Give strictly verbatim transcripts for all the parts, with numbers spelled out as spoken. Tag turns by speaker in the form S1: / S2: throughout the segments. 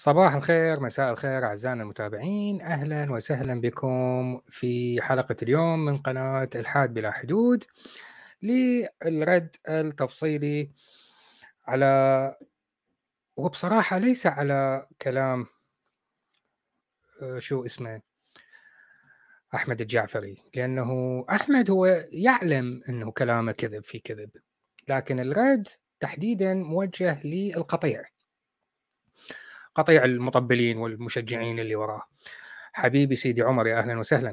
S1: صباح الخير، مساء الخير أعزائنا المتابعين، أهلا وسهلا بكم في حلقة اليوم من قناة الحاد بلا حدود للرد التفصيلي على، وبصراحة ليس على كلام آه، شو اسمه أحمد الجعفري، لأنه أحمد هو يعلم أنه كلامه كذب في كذب، لكن الرد تحديدا موجه للقطيع، قطيع المطبلين والمشجعين اللي وراه. حبيبي سيدي عمر، يا أهلا وسهلا.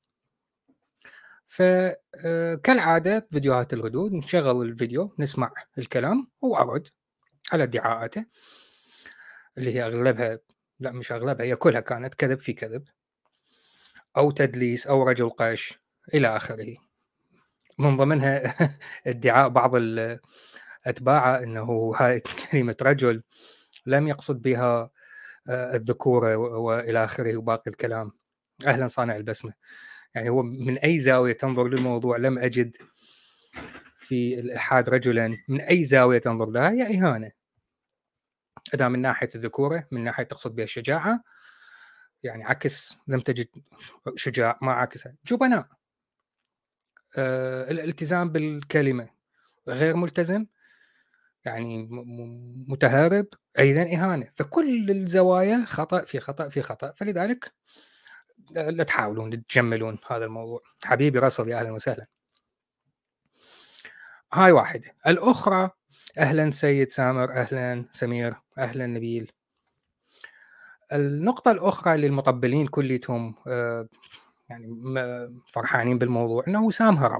S1: فكالعادة فيديوهات الردود نشغل الفيديو نسمع الكلام وأرد على ادعاءاته اللي هي أغلبها، لا مش أغلبها، هي كلها كانت كذب في كذب أو تدليس أو رجل قش إلى آخره. من ضمنها ادعاء بعض الأتباع أنه هاي كلمة رجل لم يقصد بها الذكورة وإلى آخره وباقي الكلام. أهلا صانع البسمة، يعني هو من أي زاوية تنظر للموضوع لم أجد في الإلحاد رجلا، من أي زاوية تنظر لها هي إهانة. أدام من ناحية الذكورة، من ناحية تقصد بها الشجاعة، يعني عكس لم تجد شجاع، ما عكسها جبناء. آه الالتزام بالكلمة غير ملتزم، يعني متهارب، أيضا إهانة. فكل الزوايا خطأ في خطأ في خطأ، فلذلك لا تحاولون تجملون هذا الموضوع. حبيبي راسل، يا أهلا وسهلا. هاي واحدة. الأخرى، أهلا سيد سامر، أهلا سمير، أهلا نبيل. النقطة الأخرى للمطبلين كليتهم آه يعني فرحانين بالموضوع أنه وسام هرب.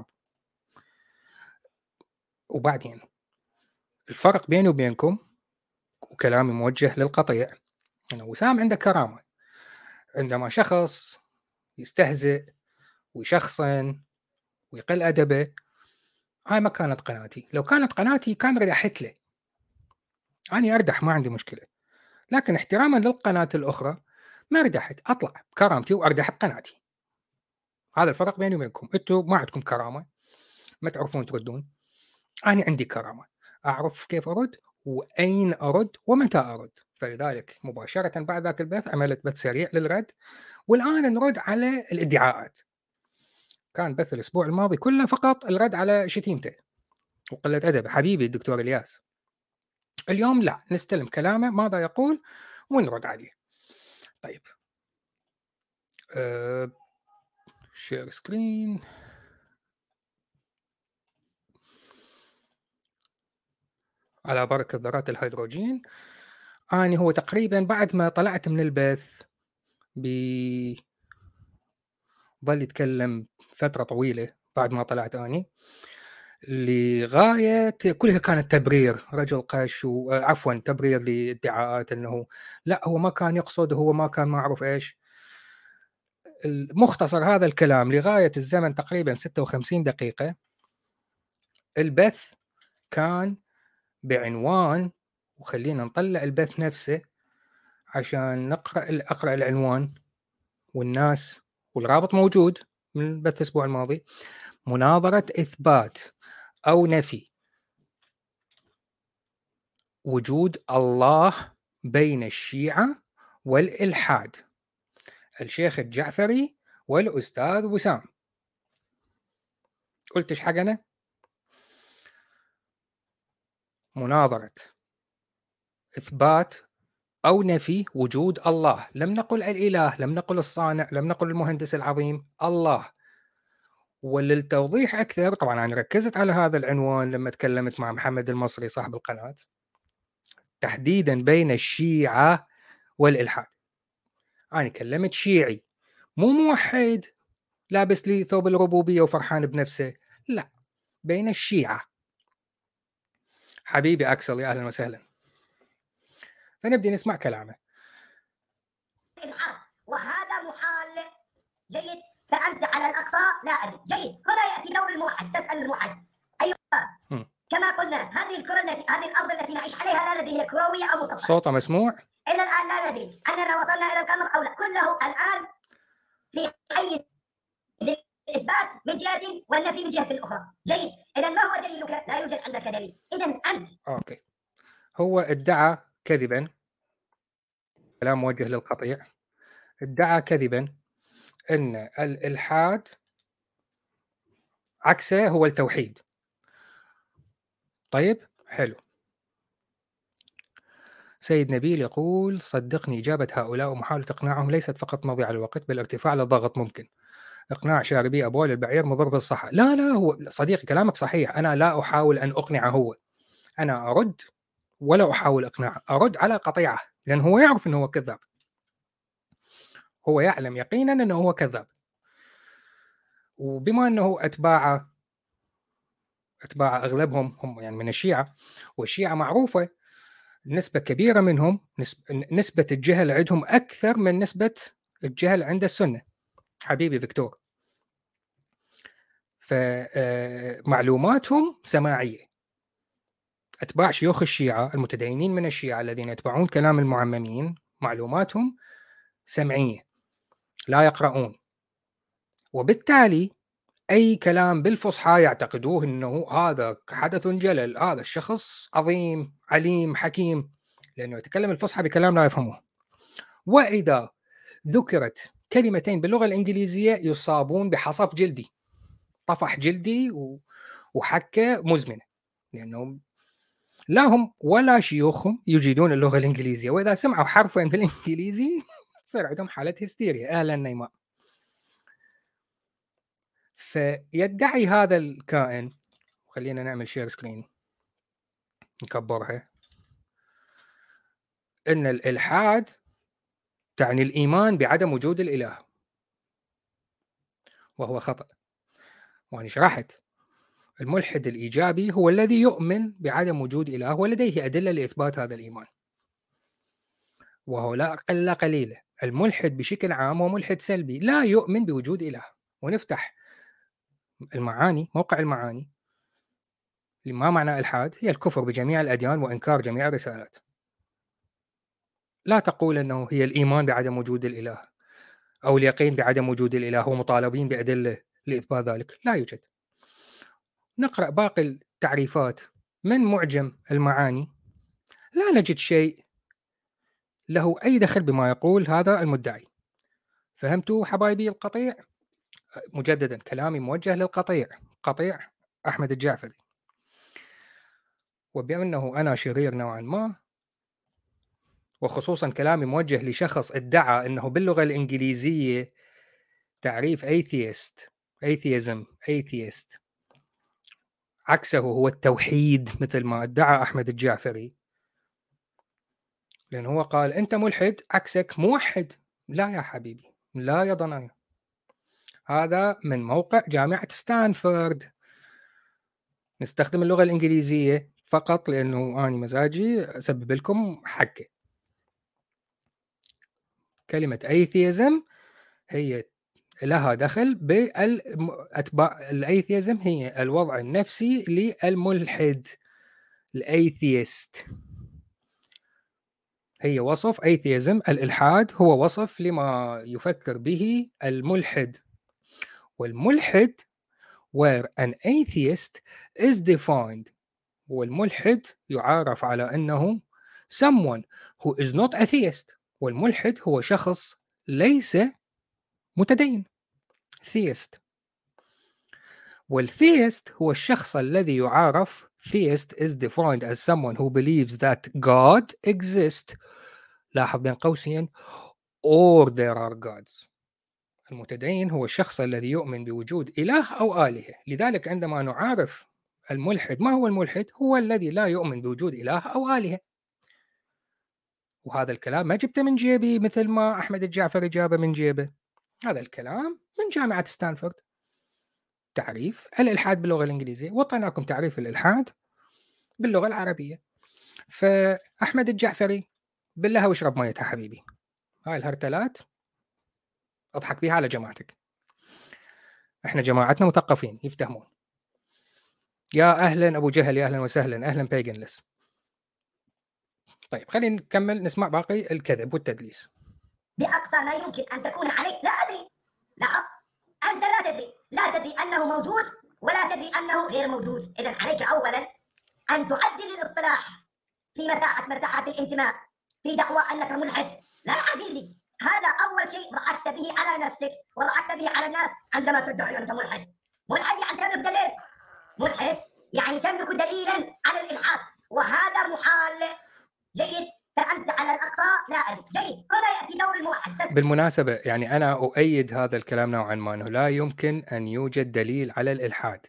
S1: وبعدين الفرق بيني وبينكم، وكلامي موجه للقطيع، أنه وسام عنده كرامة. عندما شخص يستهزئ ويشخصن ويقل أدبه، هاي ما كانت قناتي. لو كانت قناتي كان ردحت له، أنا أردح ما عندي مشكلة، لكن احتراما للقناة الأخرى ما ردحت، أطلع بكرامتي وأردح بقناتي. هذا الفرق بيني وبينكم. أنتم ما عندكم كرامة، ما تعرفون تردون. أنا عندي كرامة، أعرف كيف أرد وأين أرد ومتى أرد. فلذلك مباشرة بعد ذاك البث عملت بث سريع للرد، والآن نرد على الادعاءات. كان بث الأسبوع الماضي كله فقط الرد على شتيمته وقلة أدبه حبيبي الدكتور إلياس. اليوم لا، نستلم كلامه ماذا يقول ونرد عليه. طيب، أه... شير سكرين. على بركة ذرات الهيدروجين. أنا هو تقريبا بعد ما طلعت من البث بي ظل يتكلم فترة طويلة بعد ما طلعت أني، لغاية كلها كانت تبرير رجل قش، وعفوا تبرير لادعاءات أنه لا هو ما كان يقصد، هو ما كان ما أعرف إيش. المختصر هذا الكلام لغاية الزمن تقريبا ستة وخمسين دقيقة. البث كان بعنوان، وخلينا نطلع البث نفسه عشان نقرأ أقرأ العنوان والناس، والرابط موجود من البث الأسبوع الماضي: مناظرة إثبات أو نفي وجود الله بين الشيعة والإلحاد، الشيخ الجعفري والأستاذ وسام. قلت إيش حقنا؟ مناظرة إثبات أو نفي وجود الله. لم نقل الإله، لم نقل الصانع، لم نقل المهندس العظيم، الله. وللتوضيح أكثر، طبعا أنا ركزت على هذا العنوان لما تكلمت مع محمد المصري صاحب القناة، تحديدا بين الشيعة والإلحاد. أنا كلمت شيعي، مو موحد لابس لي ثوب الربوبية وفرحان بنفسه، لا، بين الشيعة. حبيبي أكسل، يا أهلا وسهلا. فنبدي نسمع كلامه.
S2: وهذا محال جيد. فأنت على الأقصى لا أدري جيد. هنا يأتي دور الموحد، تسأل الموحد أيوة. م. كما قلنا هذه الكرة التي هذه الأرض التي نعيش عليها لا ندري هي كروية أو مسطحة.
S1: صوته مسموع؟
S2: إلى الآن لا ندري أننا وصلنا إلى القمر أو لا. كله الآن في حيز الإثبات من جهة والنفي من جهة الأخرى. جيد. إذا ما هو دليلك؟ لا يوجد عندك دليل. إذا أنت
S1: أوكي، هو ادعى كذبا كلام موجه للقطيع، ادعى كذبا أن الإلحاد عكسه هو التوحيد. طيب حلو. سيد نبيل يقول: صدقني إجابة هؤلاء ومحاولة إقناعهم ليست فقط مضيعة للوقت بل ارتفاع للضغط ممكن. إقناع شاربي أبوال البعير مضر بالصحة. لا لا هو صديقي كلامك صحيح، أنا لا أحاول أن أقنعه هو، أنا أرد ولا أحاول إقناعه، أرد على قطيعه لأن هو يعرف أنه هو كذاب، هو يعلم يقينا أنه هو كذاب. وبما أنه أتباعه أتباع أغلبهم هم يعني من الشيعة، والشيعة معروفة نسبة كبيرة منهم نسبة الجهل عندهم أكثر من نسبة الجهل عند السنة حبيبي فيكتور. فمعلوماتهم سماعية. أتباع شيوخ الشيعة المتدينين من الشيعة الذين يتبعون كلام المعممين معلوماتهم سمعية لا يقرؤون، وبالتالي أي كلام بالفصحى يعتقدوه أنه هذا حدث جلل، هذا الشخص عظيم عليم حكيم لأنه يتكلم الفصحى بكلام لا يفهمه. وإذا ذكرت كلمتين باللغة الإنجليزية يصابون بحصف جلدي، طفح جلدي وحكة مزمنة، لأنه لا هم ولا شيوخهم يجيدون اللغة الإنجليزية، وإذا سمعوا حرفين بالإنجليزي تصير عندهم حالة هستيريا. أهلا نيماء. فيدعي هذا الكائن، خلينا نعمل شير سكرين نكبرها، أن الإلحاد تعني الإيمان بعدم وجود الإله، وهو خطأ. وأنا شرحت الملحد الإيجابي هو الذي يؤمن بعدم وجود إله ولديه أدلة لإثبات هذا الإيمان، وهو لا أقل لا قليلة. الملحد بشكل عام هو ملحد سلبي لا يؤمن بوجود إله. ونفتح المعاني، موقع المعاني، ما معنى إلحاد؟ هي الكفر بجميع الأديان وإنكار جميع الرسالات. لا تقول أنه هي الإيمان بعدم وجود الإله أو اليقين بعدم وجود الإله ومطالبين بأدلة لإثبات ذلك، لا يوجد. نقرأ باقي التعريفات من معجم المعاني، لا نجد شيء له أي دخل بما يقول هذا المدعي. فهمتوا حبايبي القطيع؟ مجددا كلامي موجه للقطيع، قطيع أحمد الجعفري. وبأنه أنا شرير نوعا ما، وخصوصا كلامي موجه لشخص ادعى أنه باللغة الإنجليزية تعريف atheist atheism atheist عكسه هو التوحيد مثل ما ادعى أحمد الجعفري، لأنه هو قال أنت ملحد عكسك موحد. لا يا حبيبي، لا يا ضنايا، هذا من موقع جامعة ستانفورد. نستخدم اللغة الإنجليزية فقط لأنه أنا مزاجي أسبب لكم حكة. كلمة atheism هي لها دخل بالأتباع الأيثيزم، هي الوضع النفسي للملحد الأيثيست، هي وصف atheism. الإلحاد هو وصف لما يفكر به الملحد، والملحد where an atheist is defined، والملحد يعرف على أنه someone who is not atheist، والملحد هو شخص ليس متدين theist. والtheist هو الشخص الذي يعرف theist is defined as someone who believes that God exists، لاحظ بين قوسين or there are gods. المتدين هو الشخص الذي يؤمن بوجود إله أو آلهة. لذلك عندما نعرف الملحد، ما هو الملحد؟ هو الذي لا يؤمن بوجود إله أو آلهة. وهذا الكلام ما جبته من جيبي مثل ما أحمد الجعفري جابه من جيبه، هذا الكلام من جامعة ستانفورد. تعريف الإلحاد باللغة الإنجليزية، وطناكم تعريف الإلحاد باللغة العربية. فأحمد الجعفري بالله واشرب ميتها حبيبي، هاي الهرتلات أضحك بها على جماعتك. إحنا جماعتنا مثقفين يفتهمون. يا أهلا أبو جهل، يا أهلا وسهلا، أهلا بيجنلس. طيب خلينا نكمل نسمع باقي الكذب والتدليس.
S2: بأقصى ما يمكن أن تكون عليك، لا أدري، لا أنت لا تدري، لا تدري أنه موجود ولا تدري أنه غير موجود. إذن عليك أولا أن تعدل الاصطلاح في مساحة مساحات الانتماء في دعوى أنك ملحد. لا يا عزيزي، هذا أول شيء ضحكت به على نفسك وضحكت به على الناس عندما تدعي أنت ملحد. ملحد يعني تملك دليل، ملحد يعني تملك دليلا على الإلحاد، وهذا محال. جيد، فأنت على الأقصى لا أدري. جيد، هنا يأتي دور الموحد.
S1: بالمناسبة يعني أنا أؤيد هذا الكلام نوعا ما، أنه لا يمكن أن يوجد دليل على الإلحاد،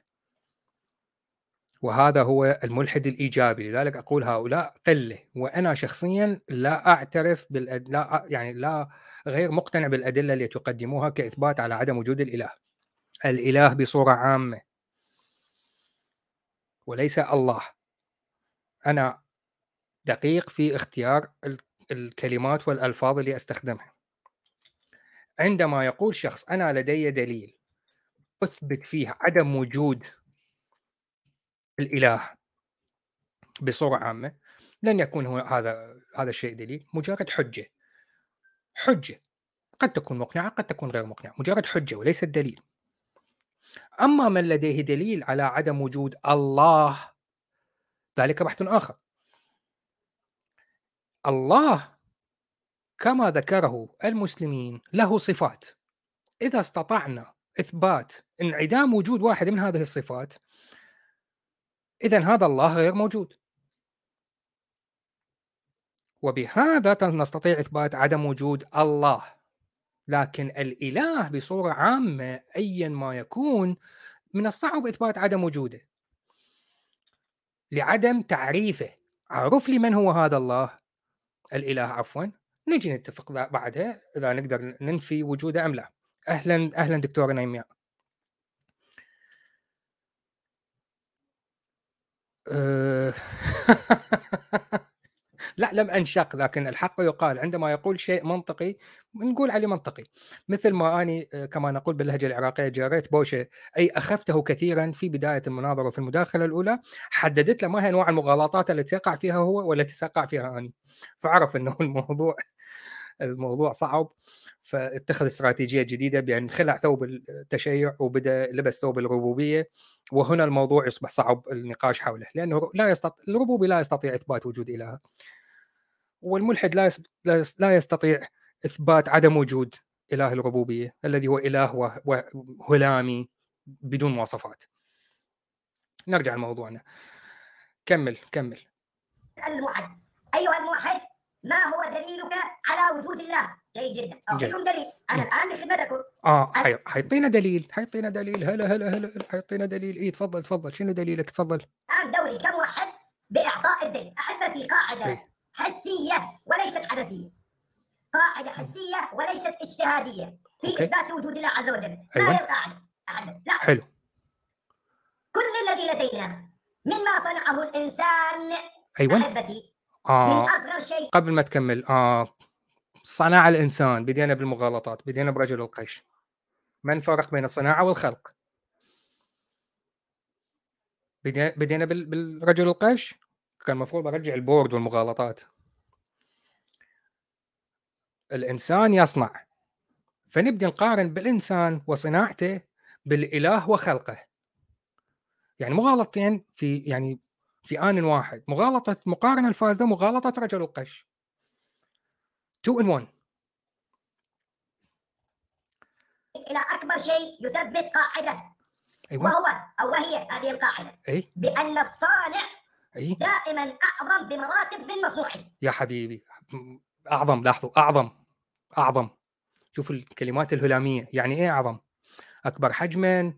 S1: وهذا هو الملحد الإيجابي. لذلك أقول هؤلاء قلة، وأنا شخصيا لا أعترف بالأد... لا يعني لا غير مقتنع بالأدلة اللي تقدموها كإثبات على عدم وجود الإله. الإله بصورة عامة وليس الله. أنا دقيق في اختيار الكلمات والألفاظ اللي أستخدمها. عندما يقول شخص أنا لدي دليل أثبت فيه عدم وجود الإله بصورة عامة، لن يكون هو هذا هذا الشيء دليل، مجرد حجة. حجة قد تكون مقنعة قد تكون غير مقنعة، مجرد حجة وليس الدليل. أما من لديه دليل على عدم وجود الله ذلك بحث آخر. الله كما ذكره المسلمين له صفات، إذا استطعنا إثبات انعدام وجود واحد من هذه الصفات إذن هذا الله غير موجود، وبهذا نستطيع إثبات عدم وجود الله. لكن الإله بصورة عامة أيا ما يكون من الصعب إثبات عدم وجوده لعدم تعريفه. عرف لي من هو هذا الله الإله عفوا، نجي نتفق بعدها إذا نقدر ننفي وجوده أم لا. أهلا أهلا دكتورة نيمياء. أه... لا لم أنشق، لكن الحق يقال. عندما يقول شيء منطقي نقول عليه منطقي، مثل ما أني كما نقول باللهجة العراقية جاريت بوشة، أي أخفته كثيرا في بداية المناظرة وفي المداخلة الأولى، حددت له ما هي أنواع المغالطات التي يقع فيها هو والتي سأقع فيها أنا، فعرف أنه الموضوع الموضوع صعب، فاتخذ استراتيجية جديدة بأن خلع ثوب التشيع وبدأ لبس ثوب الربوبية، وهنا الموضوع يصبح صعب النقاش حوله، لأنه لا يستطيع الربوبي لا يستطيع إثبات وجود إله، والملحد لا لا يستطيع إثبات عدم وجود إله الربوبية الذي هو إله وهلامي بدون مواصفات. نرجع لموضوعنا. كمل كمل.
S2: الموحد، أيها الموحد، ما هو دليلك على وجود الله؟ جيد جدا، أعطيكم دليل. أنا الآن بخدمتكم.
S1: آه حي... حيعطينا دليل حيعطينا دليل هلا هلا هلا حيعطينا دليل. إيه تفضل تفضل، شنو دليلك؟ تفضل.
S2: الآن دوري كموحد بإعطاء الدليل. أحبتي، قاعدة إيه؟ حسية وليست حدثية، قاعدة حسية وليست اجتهادية في أوكي. إثبات وجود الله عز وجل. أيوة. ما هي القاعدة؟ لا.
S1: حلو.
S2: كل الذي لدينا مما صنعه الإنسان
S1: أيوة.
S2: أحبتي
S1: آه.
S2: من أصغر شيء.
S1: قبل ما تكمل، آه صنع الإنسان، بدينا بالمغالطات، بدينا برجل القيش. ما الفرق بين الصناعة والخلق؟ بدينا بالرجل القيش، كان المفروض أرجع البورد والمغالطات. الإنسان يصنع، فنبدأ نقارن بالإنسان وصناعته بالإله وخلقه، يعني مغالطتين في يعني في آن واحد، مغالطة مقارنة الفاسدة ومغالطة رجل القش. two in one.
S2: إلى أكبر شيء يثبت قاعدة.
S1: أيوة.
S2: وهو أو وهي هذه القاعدة.
S1: أي؟
S2: بأن الصانع
S1: أي؟
S2: دائما أعظم بمراتب من مصنوعه.
S1: يا حبيبي أعظم، لاحظوا أعظم أعظم، شوف الكلمات الهلامية، يعني إيه أعظم؟ أكبر حجما،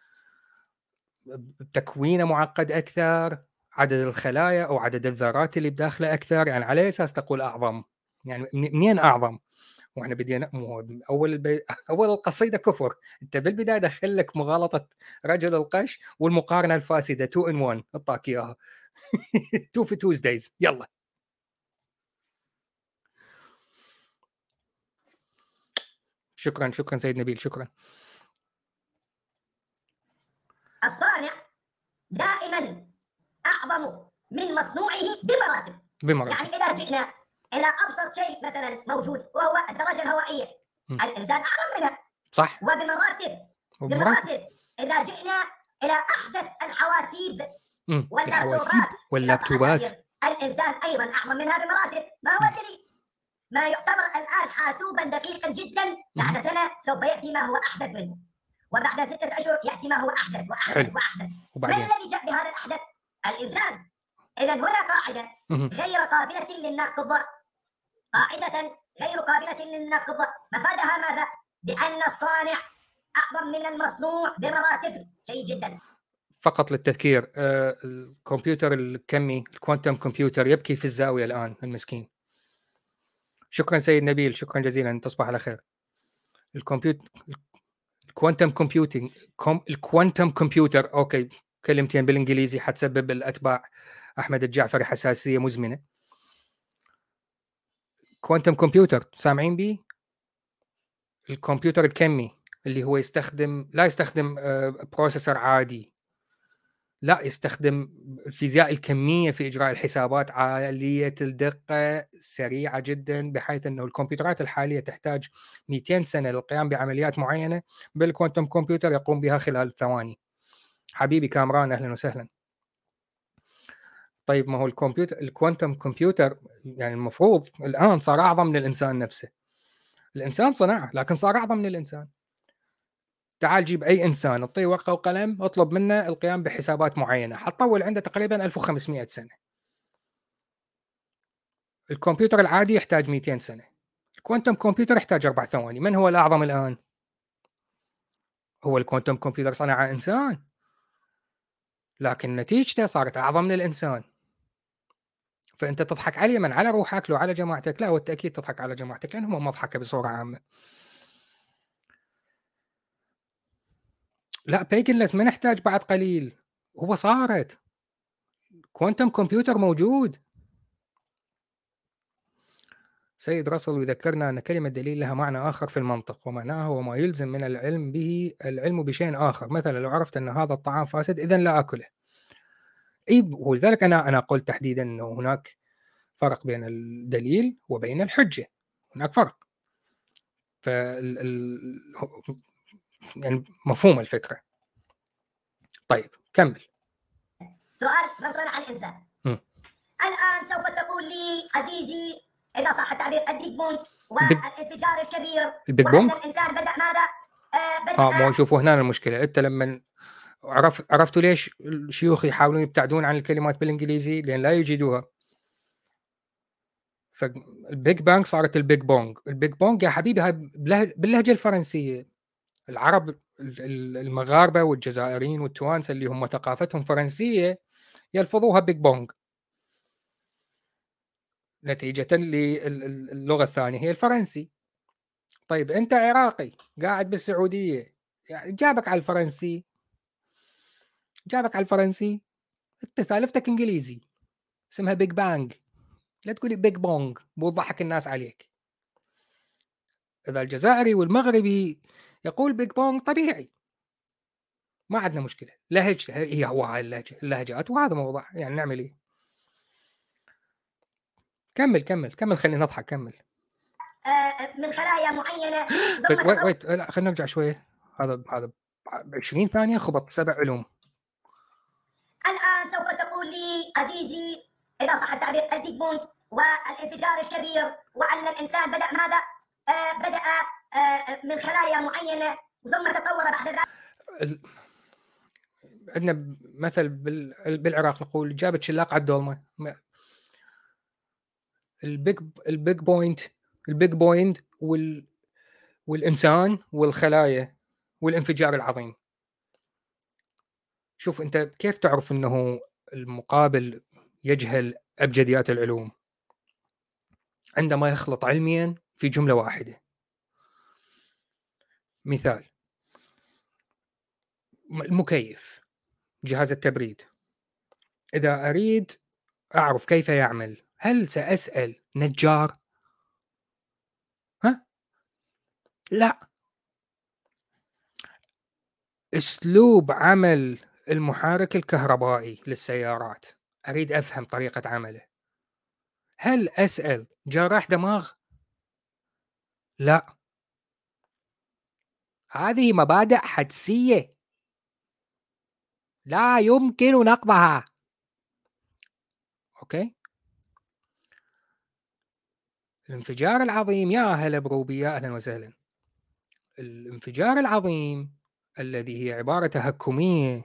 S1: تكوينه معقد أكثر، عدد الخلايا أو عدد الذرات اللي بداخله أكثر، يعني على أساس تقول أعظم، يعني منين أعظم؟ واحنا بدينا اول البي... اول القصيده كفر، انت بالبدايه دخل لك مغالطه رجل القش والمقارنه الفاسده تو ان واحد، اعطاك اياها تو في توزدايز. يلا شكرا شكرا سيد نبيل، شكرا.
S2: الصانع دائما اعظم من مصنوعه بمراتب.
S1: بمراتب.
S2: يعني اذا جئنا الى ابسط شيء مثلا موجود وهو الدرجه الهوائيه، م. الانسان اعظم منها.
S1: صح.
S2: وبمراتب بمراتب اذا جئنا الى احدث الحواسيب
S1: واللابتوبات واللابتوبات
S2: الانسان ايضا اعظم منها بمراتب. ما هو الدليل؟ ما يعتبر الآن حاسوبا دقيقا جدا بعد سنة سوف يأتي ما هو أحدث منه، وبعد ستة أشهر يأتي ما هو أحدث وأحدث
S1: حلو.
S2: وأحدث.
S1: وبعدين
S2: من الذي جاء بهذا الأحدث؟ الإنسان. إذا هنا قاعدة غير قابلة للنقض، قاعدة غير قابلة للنقض، مفادها ماذا؟ بأن الصانع أعظم من المصنوع بمراتب. شيء جدا.
S1: فقط للتذكير، آه الكمبيوتر الكمي الكوانتم كمبيوتر يبكي في الزاوية الآن المسكين. شكرا سيد نبيل، شكرا جزيلا، تصبح على خير. الكمبيوتر الكوانتم كومبيوتنج كوم... الكوانتم كمبيوتر، اوكي، كلمتين بالانجليزي حتسبب الاتباع احمد الجعفري حساسيه مزمنه. كوانتم كمبيوتر سامعين بيه؟ الكمبيوتر الكمي اللي هو يستخدم لا يستخدم بروسيسور عادي، لا يستخدم الفيزياء الكميه في اجراء الحسابات عاليه الدقه سريعه جدا، بحيث انه الكمبيوترات الحاليه تحتاج مئتين سنه للقيام بعمليات معينه، بالكوانتم كمبيوتر يقوم بها خلال ثواني. حبيبي كامران اهلا وسهلا. طيب ما هو الكمبيوتر الكوانتم كمبيوتر يعني المفروض الان صار اعظم من الانسان نفسه. الانسان صنعه لكن صار اعظم من الانسان. تعال جيب اي انسان، اعطيه ورقه وقلم، اطلب منه القيام بحسابات معينه، حتطول عنده تقريبا ألف وخمسمئة سنه. الكمبيوتر العادي يحتاج مئتين سنه، الكوانتم كمبيوتر يحتاج اربع ثواني. من هو الاعظم الان؟ هو الكوانتم كمبيوتر صنع انسان، لكن نتيجته صارت اعظم من الانسان. فانت تضحك على من؟ على روحك لو على جماعتك؟ لا، والتاكيد تضحك على جماعتك لانهم مضحكه بصوره عامه. لا بيجنلس ما نحتاج بعد قليل، هو صارت كوانتم كمبيوتر موجود. سيد راسل يذكرنا أن كلمة دليل لها معنى آخر في المنطق، ومعناه هو ما يلزم من العلم به العلم بشيء آخر. مثلا لو عرفت أن هذا الطعام فاسد إذن لا أكله. أي، ولذلك أنا أنا قلت تحديدا أنه هناك فرق بين الدليل وبين الحجة، هناك فرق. فال ال... يعني مفهوم الفكرة. طيب كمل.
S2: سؤال من صنع الإنسان؟ م. الآن سوف تقول لي عزيزي إذا صح التعبير البيج بونج والانفجار الكبير،
S1: البيج بونج؟
S2: الإنسان بدأ ماذا؟
S1: آه بدأ اه مو شوفوا هنا المشكلة. أنت لما عرف عرفتوا ليش الشيوخ يحاولون يبتعدون عن الكلمات بالإنجليزي؟ لأن لا يجدوها. فالبيج بانج صارت البيج بونج. البيج بونج يا حبيبي هاي باللهجة الفرنسية. العرب المغاربة والجزائريين والتوانسة اللي هم ثقافتهم فرنسية يلفظوها بيج بونج نتيجة للغة الثانية هي الفرنسي. طيب أنت عراقي قاعد بالسعودية، يعني جابك على الفرنسي جابك على الفرنسي أنت سالفتك إنجليزي اسمها بيج بانج، لا تقولي بيج بونج بوضحك الناس عليك. إذا الجزائري والمغربي يقول بيج بونج طبيعي، ما عندنا مشكلة. لهجة هي هو هاي اللهجة اللهجات، وهذا موضوع يعني نعمل إيه. كمل كمل كمل خلينا نضحك. كمل.
S2: من خلايا معينة.
S1: ويت ويت لا خلينا نرجع شوية. هذا هذا عشرين ثانية خبط سبع علوم.
S2: الآن سوف تقول لي عزيزي إذا صح التعبير البيج بونج والانفجار الكبير، وأن الإنسان بدأ ماذا؟ آه بدأ آه من خلايا معينة ثم تطور بعد ذلك. ال...
S1: عندنا مثل بالعراق نقول جابت شلاق على الدولمة. البيج البيج بوينت البيج بوينت وال والإنسان والخلايا والانفجار العظيم. شوف أنت كيف تعرف أنه المقابل يجهل أبجديات العلوم؟ عندما يخلط علميا في جملة واحدة. مثال، المكيف، جهاز التبريد، إذا أريد أعرف كيف يعمل هل سأسأل نجار؟ ها؟ لا. أسلوب عمل المحرك الكهربائي للسيارات أريد أفهم طريقة عمله، هل أسأل جراح دماغ؟ لا. هذه مبادئ حدسية لا يمكن نقضها. أوكي؟ الانفجار العظيم، يا هلا بروبي، يا أهلا وسهلا. الانفجار العظيم الذي هي عبارة تهكمية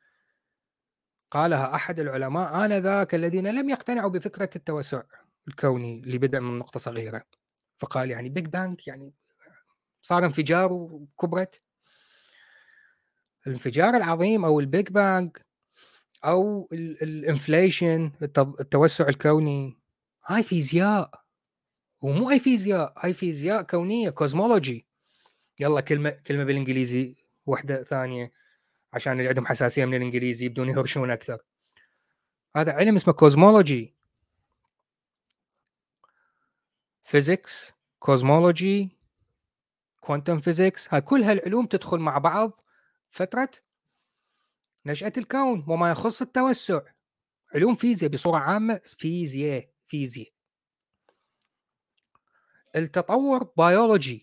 S1: قالها أحد العلماء آنذاك الذين لم يقتنعوا بفكرة التوسع الكوني اللي بدأ من نقطة صغيرة، فقال يعني بيج بانج، يعني صار انفجار وكبرت. الانفجار العظيم أو البيج بانج أو الانفليشن، التوسع الكوني، هاي فيزياء، ومو أي فيزياء، هاي فيزياء كونية، كوزمولوجي. يلا كلمة كلمة بالإنجليزي واحدة ثانية عشان اللي عندهم حساسية من الإنجليزي بدون يهرشون أكثر. هذا علم اسمه كوزمولوجي، فيزيكس، كوزمولوجي، كوانتم فيزيكس. هاي كل هالعلوم تدخل مع بعض فترة نشأة الكون وما يخص التوسع. علوم فيزياء بصورة عامة، فيزياء فيزياء. التطور بيولوجي،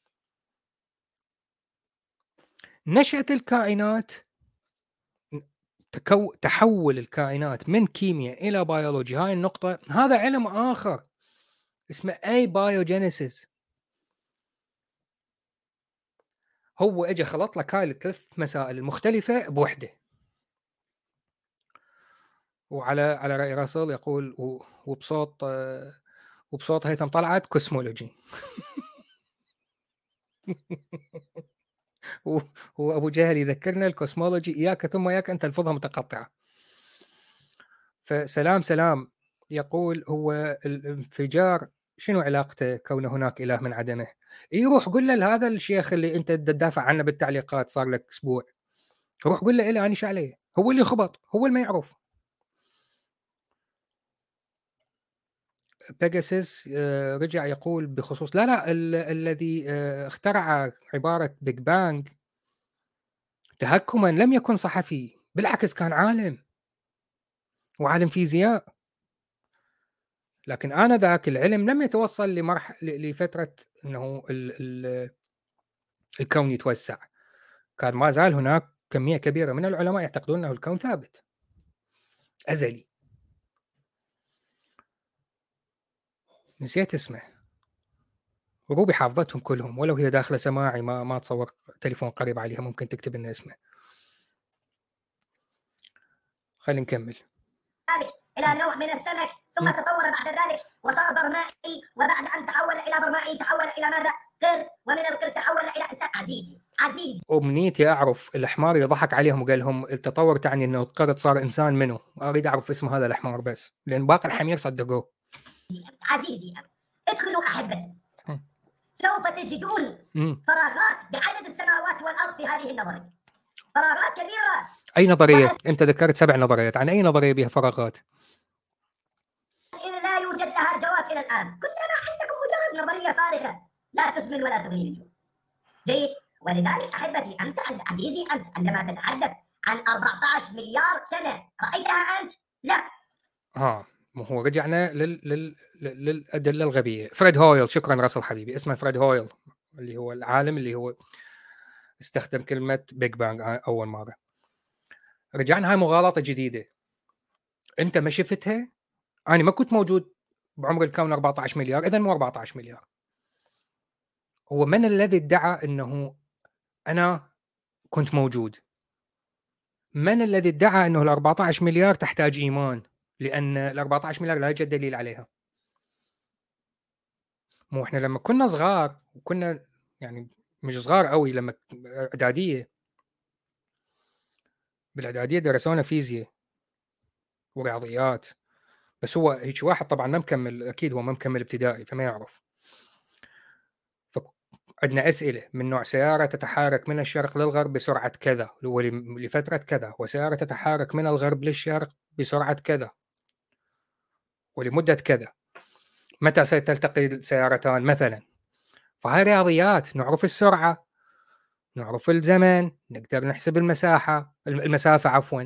S1: نشأة الكائنات، تكو... تحول الكائنات من كيمياء إلى بيولوجي، هاي النقطة، هذا علم آخر اسمه أي بايوجينيسيس. هو اجى خلط لك هاي الثلاث مسائل المختلفة بوحدة. وعلى على رأي راسل يقول وبصوت وبصوت هيثم طلعت كوسمولوجي. وابو جهل يذكرنا الكوسمولوجي اياك ثم اياك ان تلفظها متقطعه. فسلام سلام يقول هو الانفجار شنو علاقته كون هناك اله من عدمه؟ يروح قل له لهذا الشيخ اللي انت تدافع عنه بالتعليقات صار لك اسبوع، روح قل له إله أنا عليه، هو اللي خبط، هو اللي ما يعرف. بيجاسيس رجع يقول بخصوص لا لا الذي اخترع عبارة بيج بانج تهكما لم يكن صحفي، بالعكس كان عالم وعالم فيزياء، لكن آنذاك العلم لم يتوصل لمرحلة لفترة أنه ال ال الكون يتوسع. كان ما زال هناك كمية كبيرة من العلماء يعتقدون أنه الكون ثابت أزلي. نسيت اسمه، روبي حافظتهم كلهم ولو هي داخله سماعي، ما ما تصور تليفون قريب عليها ممكن تكتب لنا اسمه. خلينا نكمل.
S2: الى نوع من السمك ثم تطور بعد ذلك وصار برمائي، وبعد ان تحول الى برمائي تحول الى ماذا؟ قرد، ومن القرد تحول الى انسان. عزيزي عزيزي
S1: امنيتي اعرف الحمار اللي ضحك عليهم وقال لهم التطور تعني انه القرد صار انسان، منه؟ اريد اعرف اسم هذا الحمار بس، لان باقي الحمير صدقوه.
S2: عزيزي ادخلوا احبتي، سوف تجدون فراغات بعدد السماوات والارض في هذه النظريه، فراغات كبيره.
S1: اي نظريه؟ وحس... انت ذكرت سبع نظريات، عن اي نظريه بها فراغات؟
S2: لا يوجد لها جواب الى الان، كلما عندكم مجرد نظريه فارغه لا تسمن ولا تغني الجوع. جيد، ولذلك احبتي انت عزيزي انت عندما تتحدث عن أربعة عشر مليار سنه رايتها انت؟ لا.
S1: ها هو رجعنا لل... لل... للادله الغبيه. فريد هويل، شكرا راسل حبيبي، اسمه فريد هويل اللي هو العالم اللي هو استخدم كلمه بيج بانج اول مره. رجعنا، هاي مغالطه جديده انت ما شفتها. انا ما كنت موجود بعمر الكون أربعة عشر مليار، اذا مو أربعة عشر مليار. هو من الذي ادعى انه انا كنت موجود؟ من الذي ادعى انه ال أربعة عشر مليار تحتاج ايمان؟ لان ال أربعة عشر مليار لا يوجد دليل عليها. مو احنا لما كنا صغار وكنا يعني مش صغار قوي، لما اعداديه، بالاعداديه درسونا فيزياء ورياضيات، بس هو هيك واحد طبعا ما مكمل، اكيد هو ما مكمل ابتدائي فما يعرف. عندنا أسئلة من نوع سيارة تتحرك من الشرق للغرب بسرعة كذا لفترة كذا، وسيارة تتحرك من الغرب للشرق بسرعة كذا ولمدة كذا، متى ستلتقي السيارتان مثلا؟ فهاي رياضيات، نعرف السرعة، نعرف الزمن، نقدر نحسب المساحة المسافة عفوا.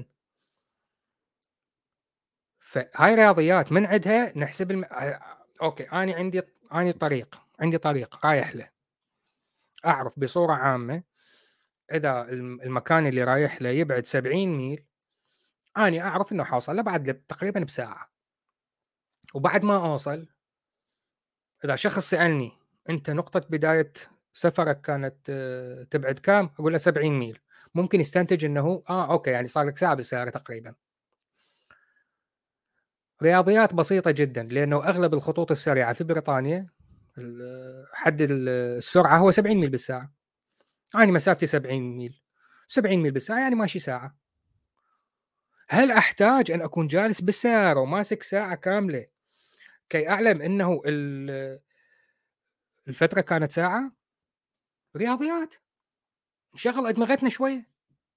S1: فهاي رياضيات من عندها نحسب الم... أوكي، أنا عندي أنا طريق عندي طريق رايح له، أعرف بصورة عامة إذا المكان اللي رايح له يبعد سبعين ميل، أنا أعرف إنه حوصل له بعد تقريبا بساعة، وبعد ما أوصل إذا شخص سألني أنت نقطة بداية سفرك كانت تبعد كام؟ أقول له سبعين ميل. ممكن يستنتج أنه آه أوكي يعني صار لك ساعة بالسيارة تقريبا. رياضيات بسيطة جدا، لأنه أغلب الخطوط السريعة في بريطانيا حد السرعة هو سبعين ميل بالساعة. أنا مسافتي سبعين ميل، سبعين ميل بالساعة يعني ماشي ساعة. هل أحتاج أن أكون جالس بالسيارة وماسك ساعة كاملة كي أعلم أنه الفترة كانت ساعة؟ رياضيات، نشغل أدمغتنا شوية.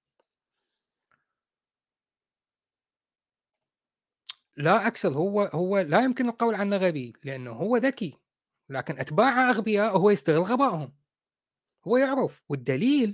S1: لا أكسل هو هو لا يمكن القول عنه غبي لأنه هو ذكي، لكن أتباعه أغبياء وهو يستغل غبائهم. هو يعرف، والدليل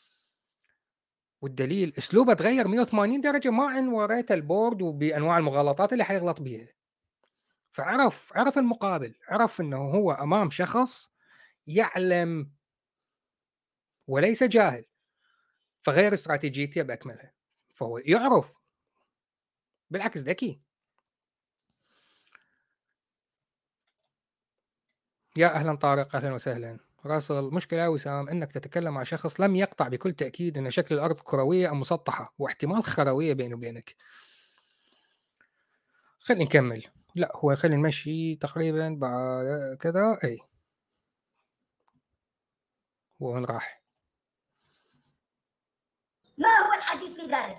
S1: والدليل أسلوبه تغير مئة وثمانين درجة ما إن وريته البورد وبأنواع المغالطات اللي حيغلط بيها. فعرف عرف المقابل، عرف أنه هو أمام شخص يعلم وليس جاهل، فغير استراتيجيته بأكملها. فهو يعرف، بالعكس ذكي. يا أهلا طارق، أهلا وسهلا. راسل، مشكلة وسام أنك تتكلم مع شخص لم يقطع بكل تأكيد أن شكل الأرض كروية أم مسطحة، واحتمال خروية بيني وبينك. خلينا نكمل. لا هو خلينا نمشي تقريبا بعد كذا. أي وين راح؟
S2: ما هو العجيب في ذلك؟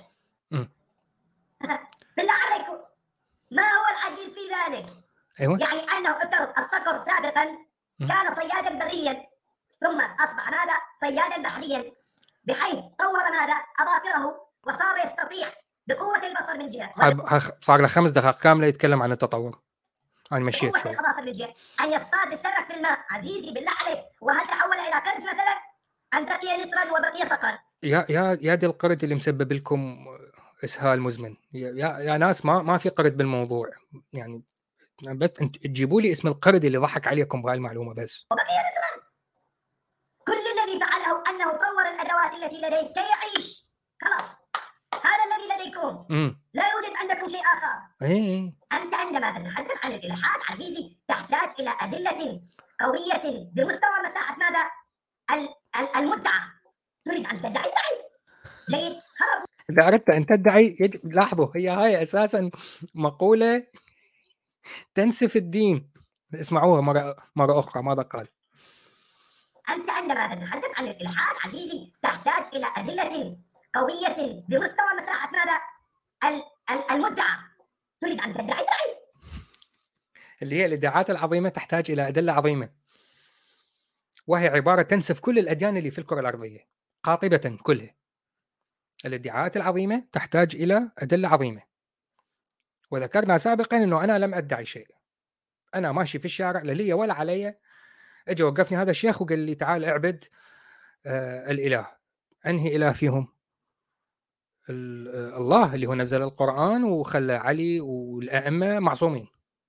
S2: بالله عليكم ما هو العجيب في ذلك؟
S1: أيوة.
S2: يعني أنه افترض الصقر سابقا كان صيادا بريا، ثم أصبح ماذا؟ صيادا بحريا، بحيث طور ماذا؟ أظافره وصار يستطيع بقوة البصر من جهة،
S1: صار له خمس دقائق كاملة يتكلم عن التطور. أنا مشيت شوي.
S2: الأظافر من جهة أن يصطاد السمك في الماء. عزيزي بالله عليك، وهل تحول إلى قرد مثلا؟ أن بقي نسرا وبقي صقرا؟
S1: يا يا يا دي القرد اللي مسبب لكم اسهال مزمن. يا يا ناس، ما ما في قرد بالموضوع يعني. بس انت تجيبوا لي اسم القرد اللي ضحك عليكم بهاي المعلومه بس.
S2: وبقي نسرا. كل الذي فعله انه طور الادوات التي لديه كي يعيش. خلاص، هذا الذي لديكم.
S1: مم.
S2: لا يوجد عندكم شيء اخر.
S1: ايه.
S2: انت عندما تتحدث عن الالحاد عزيزي تحتاج الى ادله قويه بمستوى مساحه ماذا؟ المدعى. تريد ان تدعي دعي. جيد. خلاص.
S1: إذا أردت أن تدعي يجب... لاحظوا، هي هاي أساسا مقولة تنسف الدين. اسمعوها مرة مرة أخرى ماذا قال.
S2: أنت عندما تتحدث عن الإلحاد عزيزي تحتاج إلى أدلة قوية بمستوى مساحة ماذا؟ المدعى. تريد أن تدعي دعي.
S1: اللي هي الادعاءات العظيمة تحتاج إلى أدلة عظيمة، وهي عبارة تنسف كل الأديان اللي في الكرة الأرضية قاطبة كلها. الادعاءات العظيمة تحتاج إلى أدلة عظيمة، وذكرنا سابقا أنه أنا لم أدعي شيء. أنا ماشي في الشارع لا لي ولا علي، اجى وقفني هذا الشيخ وقال لي تعال اعبد آه الإله. أنهي إله فيهم؟ الله اللي هو نزل القرآن وخلى علي والأئمة معصومين.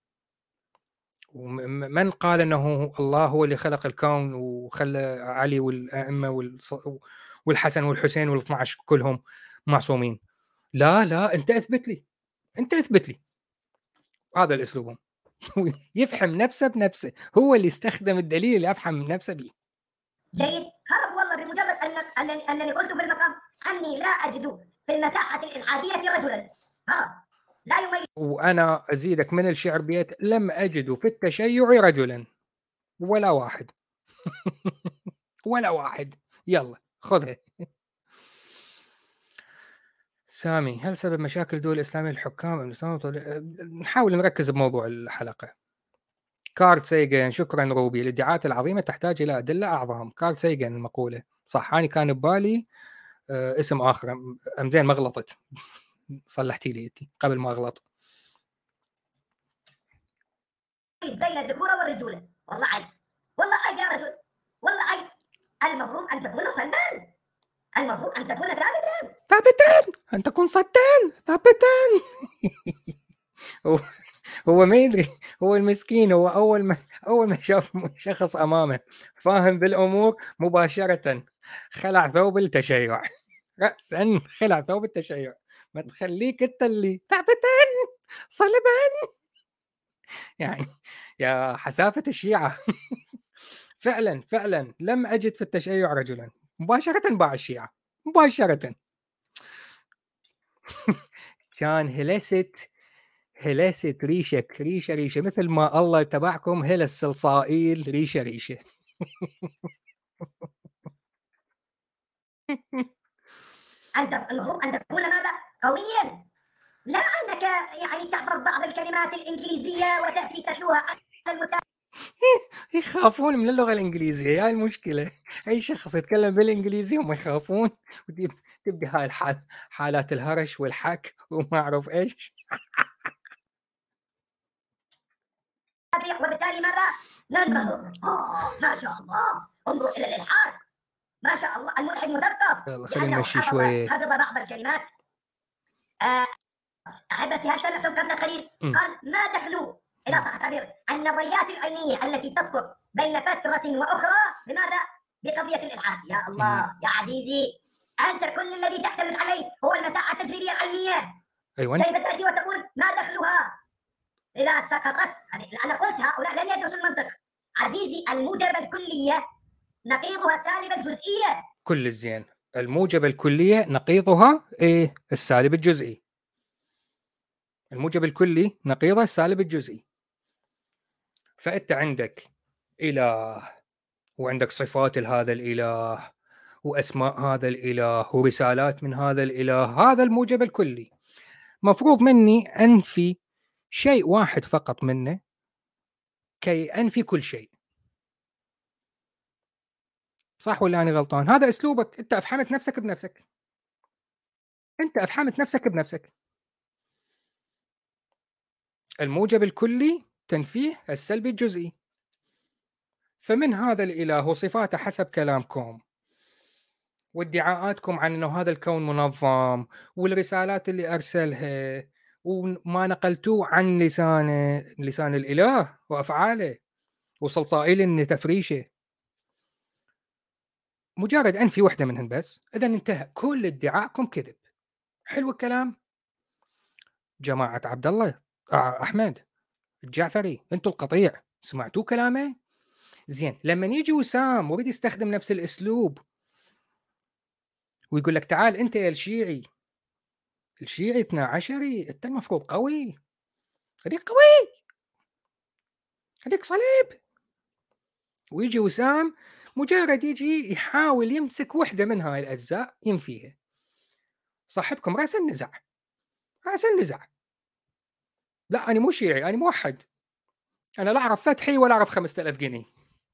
S1: ومن قال أنه الله هو اللي خلق الكون وخلى علي والأئمة والحسن والحسين والاثنى عشر كلهم معصومين؟ لا لا، أنت أثبت لي، أنت أثبت لي. هذا الأسلوب. يفهم نفسه بنفسه، هو اللي استخدم الدليل اللي أفهم نفسه به.
S2: جيد. خلاص والله بمجرد أنك أنني قلت في المقام أني لا أجد في المساحة الإلحادية رجلا، ها لا يميز.
S1: وأنا أزيدك من الشعر بيت: لم أجد في التشيع رجلا ولا واحد. ولا واحد. يلا خذها. سامي، هل سبب مشاكل دول الإسلامية الحكام؟ نحاول نركز بموضوع الحلقة. كارل سيجن، شكرا روبي. الادعاءات العظيمة تحتاج إلى أدلة أعظم. كارل سيجن المقولة صح. أنا كان ببالي آه اسم آخر. أمزين ما غلطت، صلحتي لي أنتي قبل ما أغلط.
S2: بين الذكورة والرجولة. والله عيب، والله عيب يا رجل، والله عيب. المفروض أن تكون صلبان، المفروض أن تكون ثابتا.
S1: ثابتا، أن تكون صدان ثابتا. هو هو ما يدري، هو المسكين. هو أول ما أول ما شاف شخص أمامه فاهم بالأمور مباشرة خلع ثوب التشيع. رأسا خلع ثوب التشيع. ما تخليك أنت اللي ثابتا صلبا. يعني يا حسافة الشيعة. فعلا فعلا لم أجد في التشيع رجلا، مباشرة باع الشيعة مباشرة. كان هلست هلست ريشك ريشة ريشة، مثل ما الله تبعكم هلس الصائيل ريشة ريشة.
S2: أنت المفروض أن تكون ماذا؟ قويا، لا أنك يعني تحفظ بعض الكلمات الإنجليزية وتأتي تتلوها على المتابع.
S1: يخافون من اللغة الإنجليزية، هاي المشكلة. أي شخص يتكلم بالإنجليزي هم يخافون، وتبدي هاي الحال حالات الهرش والحك وما أعرف إيش.
S2: وبالتالي ماذا؟ ننبهر، آه ما شاء الله، انظر إلى الإلحاد، ما شاء الله الملحد مثقف
S1: يلا خلينا
S2: لأنه
S1: نمشي
S2: حفظ
S1: شوية.
S2: حفظ بعض الكلمات. آه، أحبتي هل سمعتم قبل قليل قال ما دخلوا إلى صح التعبير النظريات العلمية التي تسقط بين فترة وأخرى بماذا؟ بقضية الإلحاد. يا الله يا عزيزي، أنت كل الذي تعتمد عليه هو المساحة التجريبية العلمية.
S1: أيوة.
S2: كيف تأتي وتقول ما دخلها إذا سقطت؟ أنا قلت هؤلاء لن يدرسوا المنطق. عزيزي الموجبة الكلية نقيضها السالب الجزئية.
S1: كل الزين، الموجبة الكلية نقيضها إيه؟ السالب الجزئي. الموجب الكلي نقيضه السالب الجزئي. فأنت عندك إله، وعندك صفات لهذا الإله، وأسماء هذا الإله، ورسالات من هذا الإله. هذا الموجب الكلي. مفروض مني أنفي شيء واحد فقط منه كي أنفي كل شيء. صح ولا أنا غلطان؟ هذا أسلوبك، أنت أفحمت نفسك بنفسك. أنت أفحمت نفسك بنفسك. الموجب الكلي تنفيه السلبي الجزئي. فمن هذا الإله وصفاته حسب كلامكم وادعاءاتكم عن أنه هذا الكون منظم، والرسالات اللي أرسلها وما نقلتوه عن لسانه، لسان الإله وأفعاله وصلصائيل تفريشه، مجرد أنفي واحدة منهن بس، إذا انتهى كل ادعاءكم كذب. حلو الكلام جماعة عبد الله أحمد الجعفري، أنتوا القطيع، سمعتوا كلامه؟ زين، لما يجي وسام ويريد يستخدم نفس الأسلوب ويقول لك تعال أنت يا الشيعي، الشيعي اثنى عشري، أنت المفروض قوي، خليك قوي، خليك صليب. ويجي وسام مجرد يجي يحاول يمسك وحدة من هاي الأجزاء ينفيها. صاحبكم رأس النزع، رأس النزع. لا أنا مو شيعي، أنا موحد، أنا لا أعرف فتحي ولا أعرف خمسة آلاف جنيه.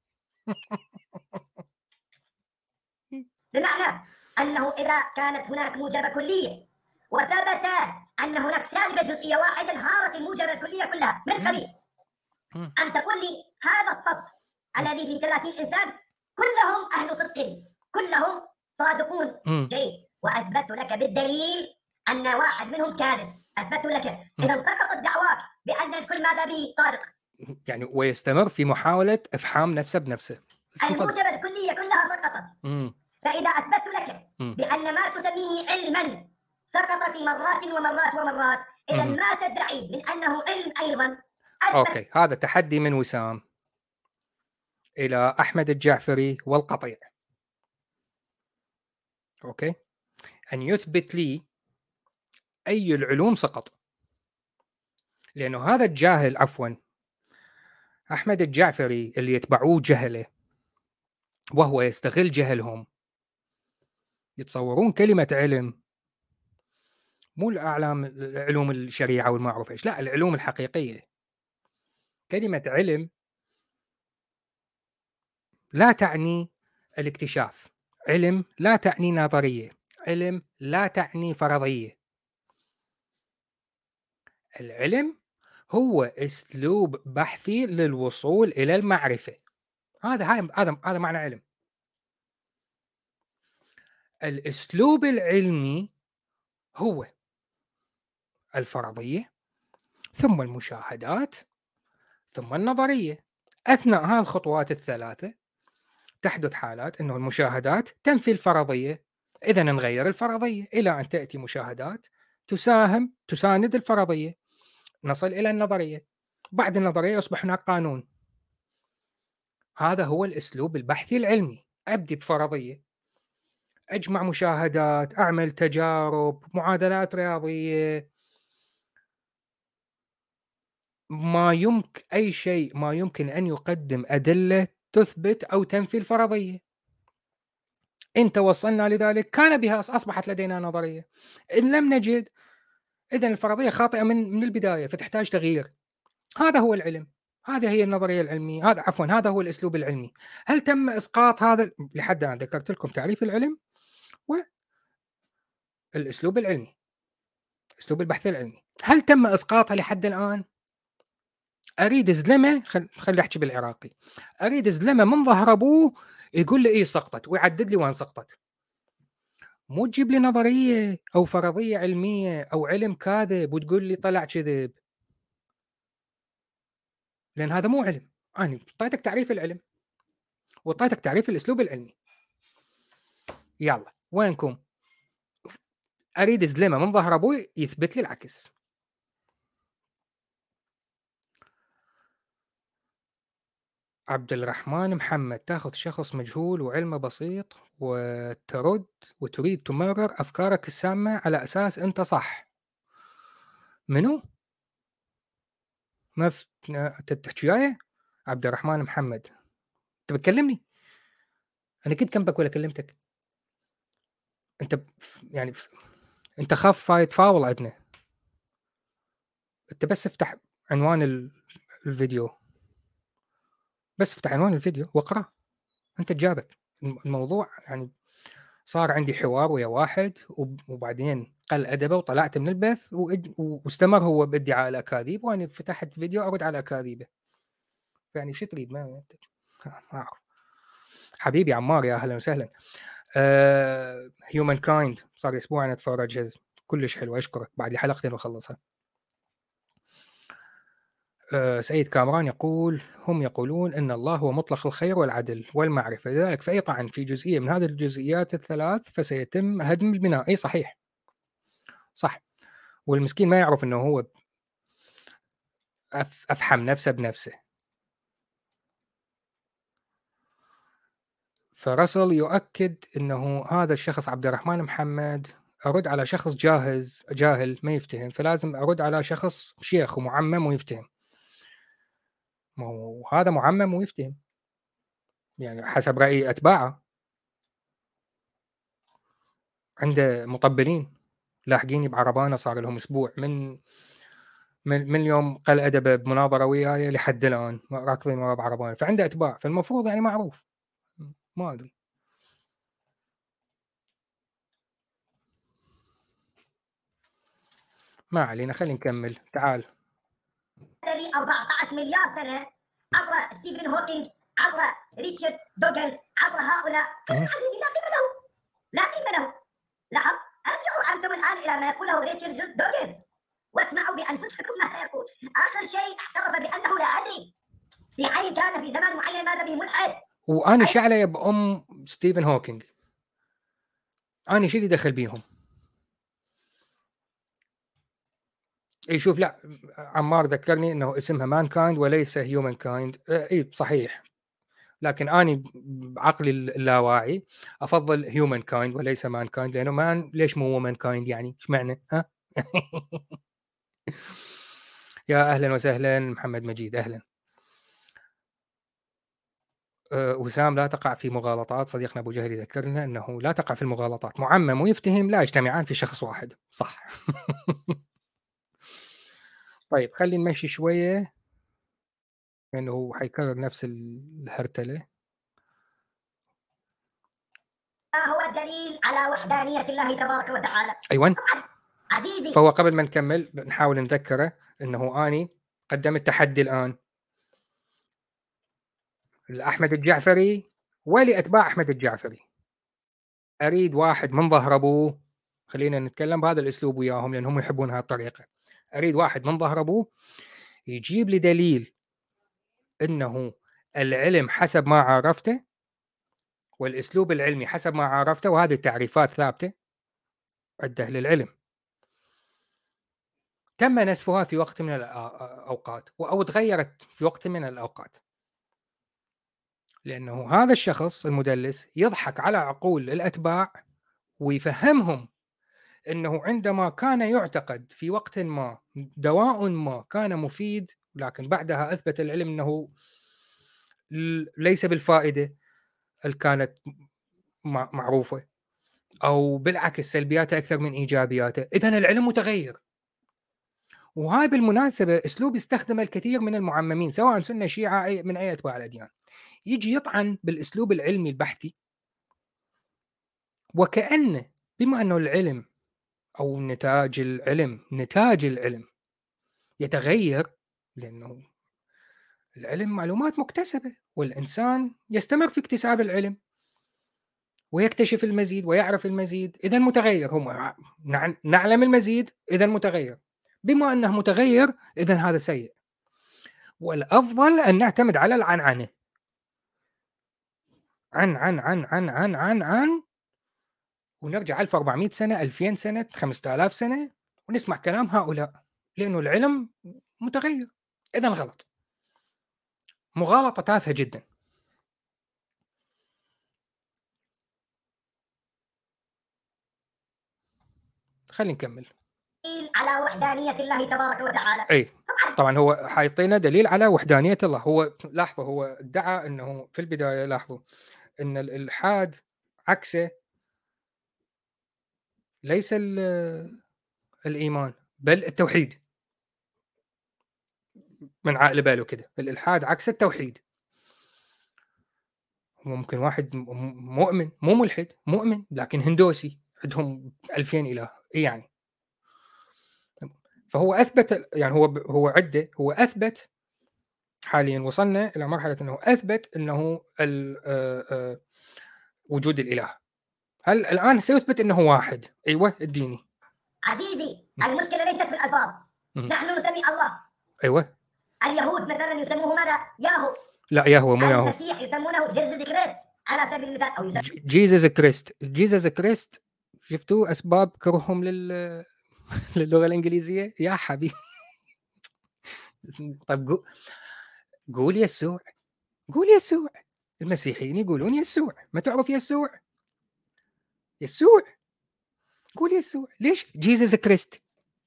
S2: بمعنى أنه إذا كانت هناك موجبة كلية وثبت أن هناك سالبة جزئية واحدة انهارت الموجبة الكلية كلها. من قبيل أن تقول لي هذا الصف الذي فيه ثلاثين إنسان كلهم أهل صدق، كلهم صادقون. جيد، وأثبت لك بالدليل أن واحد منهم كاذب، أثبت لك. إذا سقطت دعواك بأن الكل ماذا به صادق.
S1: يعني ويستمر في محاولة إفحام نفسه بنفسه.
S2: الموجبة الكلية كلها سقطت.
S1: مم.
S2: فإذا أثبت لك
S1: مم.
S2: بأن ما تسميه علما سقط في مرات ومرات ومرات، إذا ما تدعي من أنه علم أيضا.
S1: أوكي، هذا تحدي من وسام إلى أحمد الجعفري والقطيع. أوكي، أن يثبت لي أي العلوم سقط، لأنه هذا الجاهل، عفوا أحمد الجعفري اللي يتبعوه جهله وهو يستغل جهلهم، يتصورون كلمة علم مو الأعلام علوم الشريعة والما أعرف إيش، لا، العلوم الحقيقية. كلمة علم لا تعني الاكتشاف، علم لا تعني نظرية، علم لا تعني فرضية. العلم هو أسلوب بحثي للوصول إلى المعرفة. هذا هذا هذا معنى علم. الأسلوب العلمي هو الفرضية، ثم المشاهدات، ثم النظرية. أثناء هذه الخطوات الثلاثة تحدث حالات أنه المشاهدات تنفي الفرضية، إذا نغير الفرضية إلى أن تأتي مشاهدات تساهم تساند الفرضية، نصل إلى النظرية. بعد النظرية يصبح هناك قانون. هذا هو الأسلوب البحثي العلمي. أبدي بفرضية، أجمع مشاهدات، أعمل تجارب، معادلات رياضية، ما يمكن أي شيء ما يمكن أن يقدم أدلة تثبت أو تنفي الفرضية. إن توصلنا لذلك كان بها أصبحت لدينا نظرية. إن لم نجد، إذن الفرضية خاطئة من من البداية، فتحتاج تغيير. هذا هو العلم، هذه هي النظرية العلمية، هذا عفوا هذا هو الأسلوب العلمي. هل تم إسقاط هذا؟ لحد الآن ذكرت لكم تعريف العلم والأسلوب العلمي، أسلوب البحث العلمي. هل تم إسقاطه لحد الآن؟ أريد زلمة، خل خلي أحكي بالعراقي، أريد زلمة من ظهر أبوه يقول لي إيه سقطت ويعدد لي وين سقطت. مو تجيب لي نظرية أو فرضية علمية أو علم كاذب وتقول لي طلع كذب، لأن هذا مو علم. أنا أعطيتك تعريف العلم وأعطيتك تعريف الأسلوب العلمي. يلا وينكم؟ أريد زلمة من ظهر أبوي يثبت لي العكس. عبد الرحمن محمد: تاخذ شخص مجهول وعلمه بسيط وترد وتريد تمرر أفكارك السامة على أساس أنت صح. منو؟ ما ف... أنت تحكي وياي؟ عبد الرحمن محمد، أنت بتكلمني؟ أنا كنت جنبك ولا كلمتك؟ أنت ب... يعني ف... أنت خاف فايت فاول عندنا. أنت بس افتح عنوان ال... الفيديو، بس افتح عنوان الفيديو واقرأ. أنت تجابك الموضوع. يعني صار عندي حوار ويا واحد وبعدين قل أدبه وطلعت من البث واستمر هو بادعاء الأكاذيب وأنا فتحت فيديو أرد على أكاذيبه. يعني شو تريد؟ ما ما أعرف. حبيبي عمار، يا أهلا وسهلا. هيومن uh, كايند صار أسبوع أنا أتفرج، كلش حلو، أشكرك. بعد لي حلقتين وأخلصها. uh, سيد كامران يقول: هم يقولون أن الله هو مطلق الخير والعدل والمعرفة، لذلك فأي طعن في جزئية من هذه الجزئيات الثلاث فسيتم هدم البناء. أي صحيح، صح. والمسكين ما يعرف أنه هو أفحم نفسه بنفسه. فرسل يؤكد أنه هذا الشخص عبد الرحمن محمد أرد على شخص جاهز جاهل ما يفتهم، فلازم أرد على شخص شيخ ومعمم ويفتهم. ما هو هذا معمم ويفتهم يعني حسب رأي أتباعه. عنده مطبلين لاحقيني بعربانة صار لهم أسبوع من من, من يوم قل أدبه بمناظرة وياي لحد الآن راكضين ورا بعربانة، فعنده أتباع، فالمفروض يعني معروف. ما أدري. ما علينا، خلينا نكمل. تعال.
S2: أربعة عشر مليار سنة عبر ستيفن هوكينج، عبر ريتشارد دوغنز، عبر هؤلاء. عزيزي لا قيمة له، لا قيمة له. لاحظ، ارجعوا أنتم الآن إلى ما يقوله ريتشارد دوغنز واسمعوا بأنفسكم ماذا يقول. آخر شيء اعترف بأنه لا أدري، في حين كان في زمان معين ماذا به ملحد.
S1: وأنا شعلة بأم ستيفن هوكينج، أنا شو اللي دخل بيهم؟ اي شوف، لا عمار ذكرني انه اسمها مان كايند وليس هيومن كايند. اي صحيح، لكن اني بعقلي اللاواعي افضل هيومن كايند وليس مان كايند، لانه مان ليش مو وومن كايند؟ يعني ايش معنى؟ ها يا اهلا وسهلا محمد مجيد، اهلا. أه وسام: لا تقع في مغالطات. صديقنا ابو جهل ذكرنا انه لا تقع في المغالطات. معمم ويفتهم لا يجتمعان في شخص واحد. صح. طيب خلينا نمشي شويه لانه هو حيكرر نفس الهرتله.
S2: هو الدليل على وحدانية الله تبارك وتعالى.
S1: أيوة
S2: عزيزي،
S1: فهو قبل ما نكمل نحاول نذكره أنه أني قدمت تحدي الآن لأحمد الجعفري ولأتباع أحمد الجعفري. أريد واحد من ظهر أبوه، خلينا نتكلم بهذا الأسلوب وياهم لأنهم يحبون هذه الطريقة. أريد واحد من ظهر أبوه يجيب لي دليل أنه العلم حسب ما عرفته والأسلوب العلمي حسب ما عرفته، وهذه التعريفات ثابتة عدة للعلم، تم نسفها في وقت من الأوقات أو تغيرت في وقت من الأوقات، لأنه هذا الشخص المدلس يضحك على عقول الأتباع ويفهمهم أنه عندما كان يعتقد في وقت ما دواء ما كان مفيد، لكن بعدها أثبت العلم أنه ليس بالفائدة اللي كانت معروفة، أو بالعكس سلبياته أكثر من إيجابياته، إذن العلم متغير. وهاي بالمناسبة أسلوب يستخدمه الكثير من المعممين سواء سنة شيعة أي من أي أتباع الأديان، يجي يطعن بالأسلوب العلمي البحثي، وكأنه بما أنه العلم أو نتاج العلم نتاج العلم يتغير، لأنه العلم معلومات مكتسبة والإنسان يستمر في اكتساب العلم ويكتشف المزيد ويعرف المزيد، إذا متغير. هم نعلم المزيد إذا متغير، بما أنه متغير إذا هذا سيء، والأفضل أن نعتمد على العنعنة، عن عن عن عن عن عن عن ونرجع ألف وأربعمائة سنة ألفين سنة خمسة آلاف سنة ونسمع كلام هؤلاء، لأنه العلم متغير. إذا غلط، مغالطة تافهة جدا. خلينا نكمل.
S2: على وحدانية الله تبارك وتعالى.
S1: أي طبعا هو حيعطينا دليل على وحدانية الله. هو لاحظوا هو ادعى أنه في البداية، لاحظوا أن الإلحاد عكسه ليس الإيمان بل التوحيد. من عقل باله كده الإلحاد عكس التوحيد. ممكن واحد مؤمن مو ملحد، مؤمن لكن هندوسي عندهم ألفين إله، إيه يعني؟ فهو أثبت، يعني هو هو عدة هو أثبت حاليا، وصلنا إلى مرحلة أنه أثبت أنه وجود الإله. هل الآن سيثبت أنه واحد؟ أيوة اديني.
S2: عزيزي المشكلة ليست بالألفاظ، نحن نسمي الله.
S1: أيوة.
S2: اليهود مثلا يسموه ماذا؟ ياهو.
S1: لا ياهو مو ياهو.
S2: المسيح يسمونه جيزس كريست على سبيل المثال، أو
S1: جيزس كريست. جيزس كريست شفتوا أسباب كرههم لل للغة الإنجليزية يا حبيبي. طيب قول قول يسوع، قول يسوع. المسيحيين يقولون يسوع، ما تعرف يسوع؟ يسوع قول يسوع. ليش جيزس كريست؟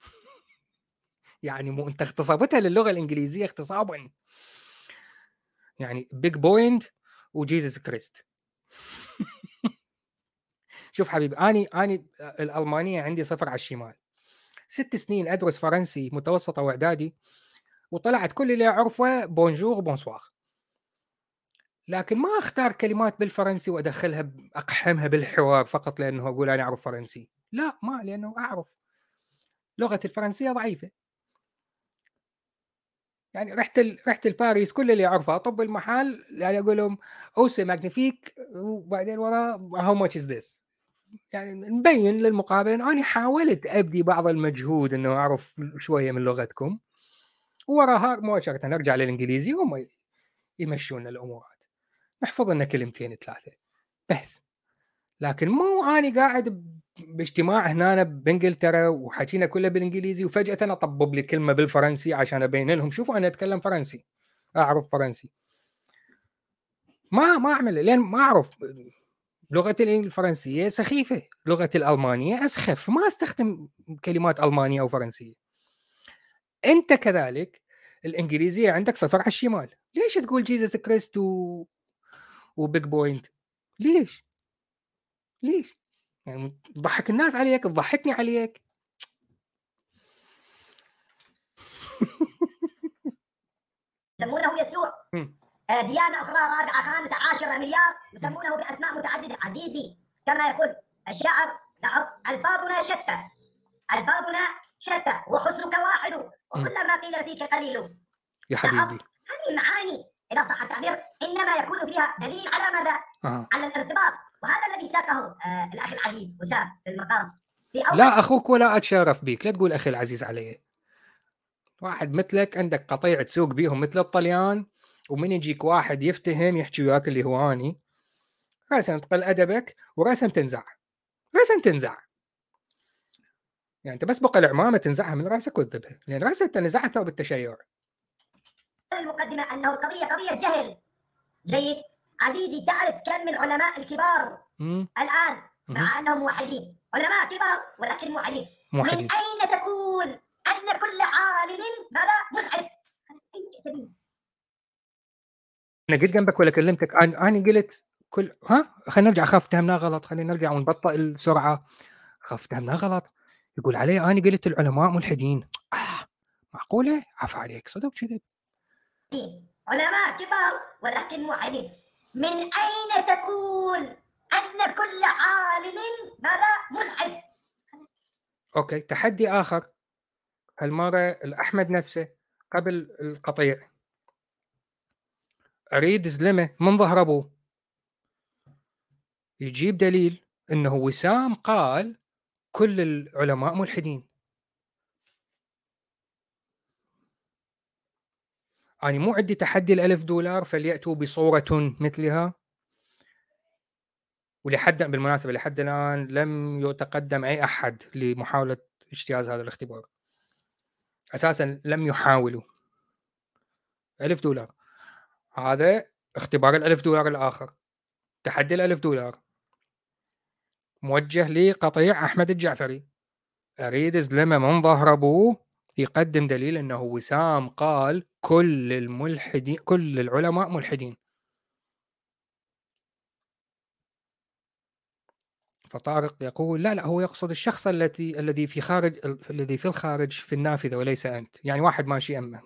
S1: يعني مو انت اختصبتها للغة الإنجليزية اختصابا، يعني بيج بوينت وجيزس كريست. شوف حبيبي، اني اني الألمانية عندي صفر على الشمال، ست سنين أدرس فرنسي متوسطة وإعدادي، وطلعت كل اللي أعرفه بونجور بونسوار، لكن ما أختار كلمات بالفرنسي وأدخلها أقحمها بالحوار فقط لأنه أقول أنا أعرف فرنسي. لا، ما لأنه أعرف لغة الفرنسية ضعيفة. يعني رحت ال... رحت لباريس، كل اللي أعرفه أطب المحل يعني أقول لهم أوسي ماغنيفيك، وبعدين ورا هاو ماتش إز ذس. يعني نبين للمقابل أنه أنا حاولت أبدي بعض المجهود أنه أعرف شوية من لغتكم، وراها مباشرة نرجع للإنجليزي هم يمشون الأمورات، نحفظ لنا كلمتين ثلاثة بس. لكن مو أنا قاعد باجتماع هنا بإنجلترا وحكينا كله بالإنجليزي وفجأة أنا أطبب لي كلمة بالفرنسي عشان أبين لهم شوفوا أنا أتكلم فرنسي، أعرف فرنسي. ما ما أعمل، لأن ما أعرف. لغة الفرنسية سخيفة، لغة الألمانية أسخف، ما أستخدم كلمات ألمانية أو فرنسية. أنت كذلك الإنجليزية عندك صفر على الشمال، ليش تقول جيزس كريست و... وبيج بوينت؟ ليش؟ ليش؟ يعني تضحك الناس عليك، تضحكني عليك.
S2: يسمونه يسوع. ديانة أخرى رابعة خامسة عشرة مليار يسمونه بأسماء متعددة. عزيزي كما يقول الشاعر، ألفاظنا شتى، ألفاظنا شتى وحسنك واحد وكل ما قيل فيك قليل.
S1: يا حبيبي
S2: هذه المعاني إذا صح التعبير إنما يكون فيها دليل على ماذا؟ آه. على الارتباط، وهذا الذي ساقه آه الأخ العزيز وسام في المقام. في
S1: لا أخوك ولا أتشرف بيك، لا تقول أخي العزيز علي. واحد مثلك عندك قطيع تسوق بيهم مثل الطليان، ومن يجيك واحد يفتهم يحكي وياك اللي هو أني، رأسا تقل أدبك ورأسا تنزع، رأسا تنزع. يعني أنت بس بقى العمامة تنزعها من راسك وتذبها، لأن راسك أنت نزعتها بالتشيع.
S2: المقدمة أنه القضية قضية جهل. جيد. عزيزي، تعرف كم من العلماء الكبار
S1: مم.
S2: الآن
S1: مم.
S2: مع أنهم موحدين، علماء كبار ولكن موحدين،
S1: موحدين.
S2: من أين تقول أن كل عالم ماذا منحرف؟
S1: أنا قلت جنبك ولا كلمتك؟ أنا أنا قلت كل ها خلينا نرجع، خاف فهمناه غلط، خلينا نرجع ونبطئ السرعة. خاف فهمناه غلط، يقول علي أنا قلت العلماء ملحدين. آه معقولة؟ عفا عليك، صدق كذب.
S2: علماء كبار ولكن موحدين، من أين تقول أن كل عالم ماذا منحرف؟
S1: أوكي، تحدي آخر، هالمرة الأحمد نفسه قبل القطيع، أريد زلمة من ظهر أبوه يجيب دليل أنه وسام قال كل العلماء ملحدين. أنا مو عندي تحدي الألف دولار فليأتوا بصورة مثلها. ولحد بالمناسبة لحد الآن لم يتقدم أي أحد لمحاولة اجتياز هذا الاختبار، أساسا لم يحاولوا. ألف دولار، هذا اختبار الألف دولار الآخر، تحدي الألف دولار موجه لقطيع أحمد الجعفري. أريد زلمة من ظهر أبوه يقدم دليل أنه وسام قال كل الملحدين كل العلماء ملحدين. فطارق يقول لا لا، هو يقصد الشخص الذي الذي في خارج الذي في الخارج في النافذة وليس أنت، يعني واحد ماشي أمه.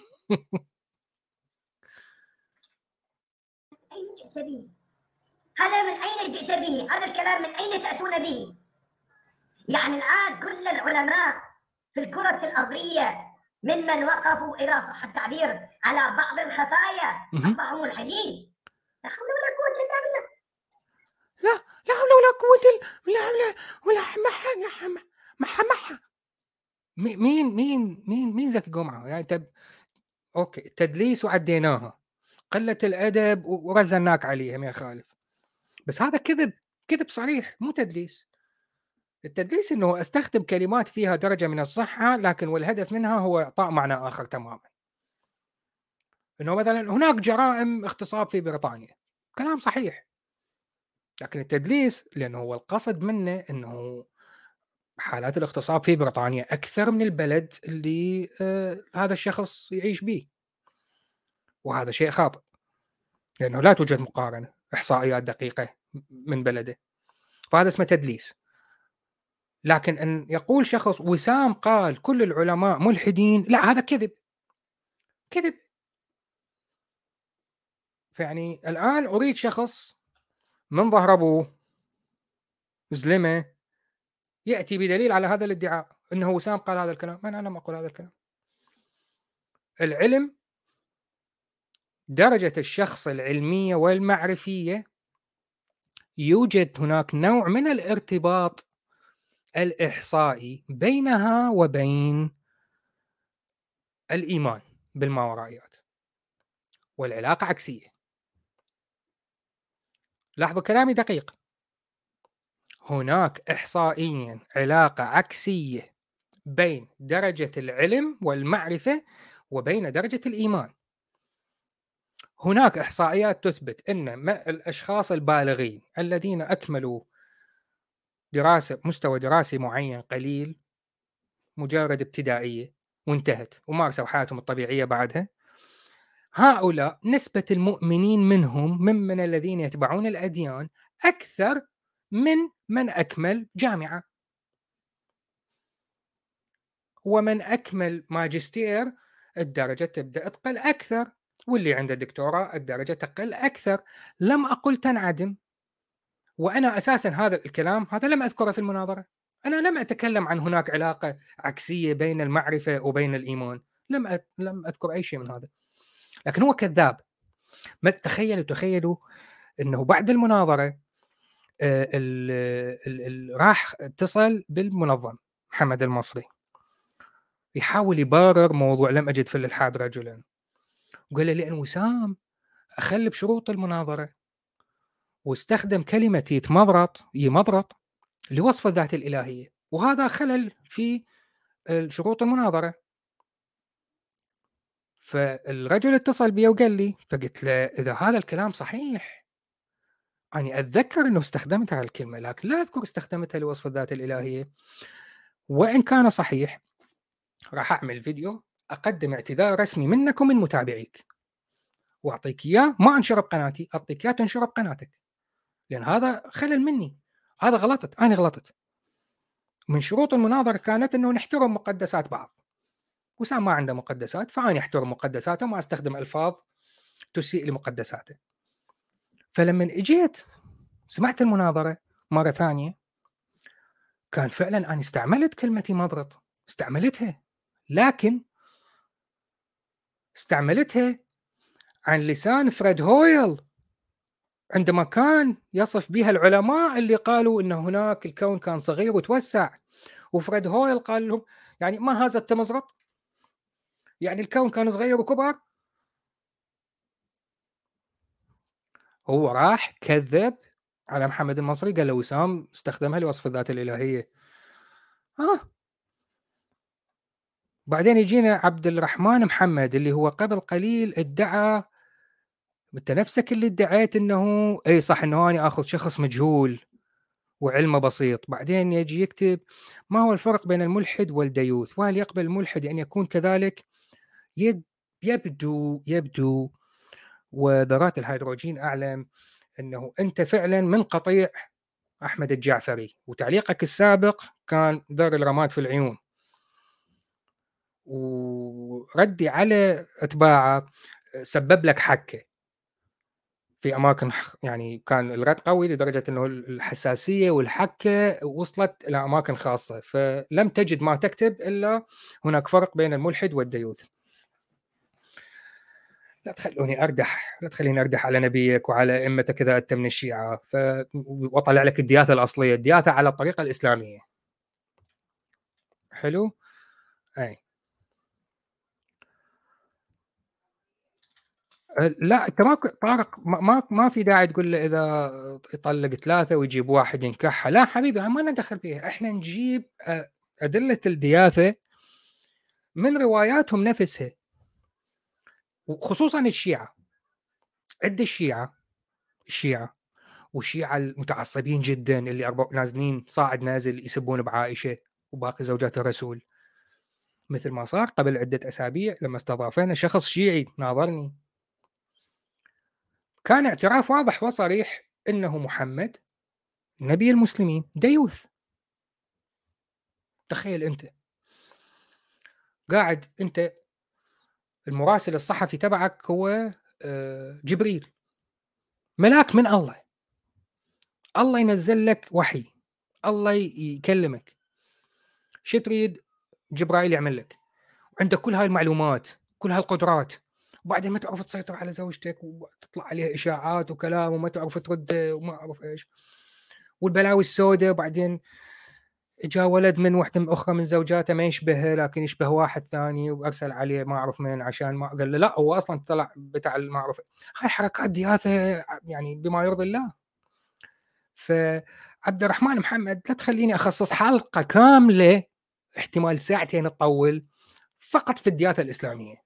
S2: أين جئت به؟ هذا من أين جئت به؟ هذا الكلام من أين تأتون به؟ يعني الآن كل العلماء في الكرة الأرضية ممن وقفوا إلى صح التعبير على بعض الخفايا أصبحوا ملحدين. لا حول ولا قوة إلا بالله.
S1: لا لا حول ولا قوة إلا لا ولا محا محا محا. مين مين مين مين زكي جمعة يعني؟ طب أوكي، التدليس وعديناها، قلة الأدب ورزناك عليها ما يخالف، بس هذا كذب، كذب صريح مو تدليس. التدليس انه استخدم كلمات فيها درجه من الصحه لكن والهدف منها هو اعطاء معنى اخر تماما. انه مثلا هناك جرائم اغتصاب في بريطانيا، كلام صحيح، لكن التدليس لانه هو القصد منه انه حالات الاغتصاب في بريطانيا اكثر من البلد اللي آه هذا الشخص يعيش به، وهذا شيء خاطئ لانه لا توجد مقارنه احصائيات دقيقه من بلده، فهذا اسمه تدليس. لكن أن يقول شخص وسام قال كل العلماء ملحدين، لا هذا كذب، كذب. فيعني الآن أريد شخص من ظهر أبوه زلمة يأتي بدليل على هذا الادعاء أنه وسام قال هذا الكلام. أنا لم أقول هذا الكلام. العلم درجة الشخص العلمية والمعرفية يوجد هناك نوع من الارتباط الإحصائي بينها وبين الإيمان بالماورائيات، والعلاقة عكسية. لاحظوا كلامي دقيق، هناك إحصائيا علاقة عكسية بين درجة العلم والمعرفة وبين درجة الإيمان. هناك إحصائيات تثبت أن الأشخاص البالغين الذين أكملوا دراسة مستوى دراسي معين قليل، مجرد ابتدائية وانتهت ومارسوا حياتهم الطبيعية بعدها، هؤلاء نسبة المؤمنين منهم ممن الذين يتبعون الأديان أكثر من من أكمل جامعة. ومن أكمل ماجستير الدرجة تبدأ تقل أكثر، واللي عنده دكتوراه الدرجة تقل أكثر. لم أقل تنعدم، وأنا أساسا هذا الكلام هذا لم أذكره في المناظرة. أنا لم أتكلم عن هناك علاقة عكسية بين المعرفة وبين الإيمان، لم أ... لم أذكر أي شيء من هذا. لكن هو كذاب. ما تخيلوا تخيلوا أنه بعد المناظرة ال... ال... ال... راح اتصل بالمنظم محمد المصري يحاول يبرر موضوع لم أجد في الإلحاد رجلا، وقال لي لأن وسام أخل بشروط المناظرة واستخدم كلمة يتمضرط يمضرط لوصف الذات الإلهية. وهذا خلل في شروط المناظرة. فالرجل اتصل بي وقال لي، فقلت له إذا هذا الكلام صحيح، أنا أتذكر أنه استخدمت هذه الكلمة لكن لا أذكر استخدمتها لوصف الذات الإلهية، وإن كان صحيح راح أعمل فيديو أقدم اعتذار رسمي منك ومن متابعيك وأعطيك إياه، ما أنشره بقناتي، أعطيك إياه تنشره بقناتك، لأن هذا خلل مني، هذا غلطت، أنا غلطت. من شروط المناظرة كانت أنه نحترم مقدسات بعض، وسام ما عنده مقدسات فأنا أحترم مقدساته وما أستخدم ألفاظ تسيء لمقدساته. فلما اجيت سمعت المناظرة مرة ثانية، كان فعلا أنا استعملت كلمتي مضرط، استعملتها، لكن استعملتها عن لسان فريد هويل عندما كان يصف بها العلماء اللي قالوا إن هناك الكون كان صغير وتوسع، وفريد هويل قال لهم يعني ما هذا التمزرط، يعني الكون كان صغير وكبر. هو راح كذب على محمد المصري، قال له وسام استخدمها لوصف الذات الإلهية. آه بعدين يجينا عبد الرحمن محمد اللي هو قبل قليل ادعى انت نفسك اللي ادعيت انه اي صح انه انا اخذ شخص مجهول وعلمه بسيط، بعدين يجي يكتب ما هو الفرق بين الملحد والديوث، وهل يقبل الملحد ان يكون كذلك؟ يبدو يبدو وذرات الهيدروجين اعلم انه انت فعلا من قطيع احمد الجعفري، وتعليقك السابق كان ذر الرماد في العيون، وردي على اتباعه سبب لك حكه في اماكن، يعني كان الرد قوي لدرجه انه الحساسيه والحكه وصلت الى اماكن خاصه، فلم تجد ما تكتب الا هناك فرق بين الملحد والديوث. لا تخلوني اردح، لا تخليني اردح على نبيك وعلى ائمتك اذا انت من الشيعه، ف واطلع لك الدياثه الاصليه، الدياثه على الطريقه الاسلاميه. حلو. اي لا انت ما طارق، ما ما في داعي تقول له اذا يطلق ثلاثه ويجيب واحد ينكحها، لا حبيبي ما ندخل فيها، احنا نجيب ادله الدياثه من رواياتهم نفسها، وخصوصا الشيعه. عد الشيعه الشيعه والشيعه المتعصبين جدا اللي نازلين صاعد نازل يسبون بعائشه وباقي زوجات الرسول، مثل ما صار قبل عده اسابيع لما استضافنا شخص شيعي ناظرني، كان اعتراف واضح وصريح انه محمد نبي المسلمين ديوث. تخيل انت قاعد، انت المراسل الصحفي تبعك هو جبريل، ملاك من الله، الله ينزل لك وحي، الله يكلمك، شو تريد جبرائيل يعمل لك؟ عندك كل هاي المعلومات، كل هالقدرات، وبعدين ما تعرف تسيطر على زوجتك وتطلع عليها اشاعات وكلام وما تعرف ترد وما اعرف ايش، والبلاوي السوداء. وبعدين جاء ولد من واحدة أخرى من زوجاته ما يشبهه لكن يشبه واحد ثاني وأرسل عليه ما أعرف من عشان ما قال له لا هو أصلا طلع بتاع ما أعرف. هاي حركات دياثة يعني بما يرضي الله. فعبد الرحمن محمد لا تخليني أخصص حلقة كاملة احتمال ساعتين تطول فقط في الدياثة الإسلامية.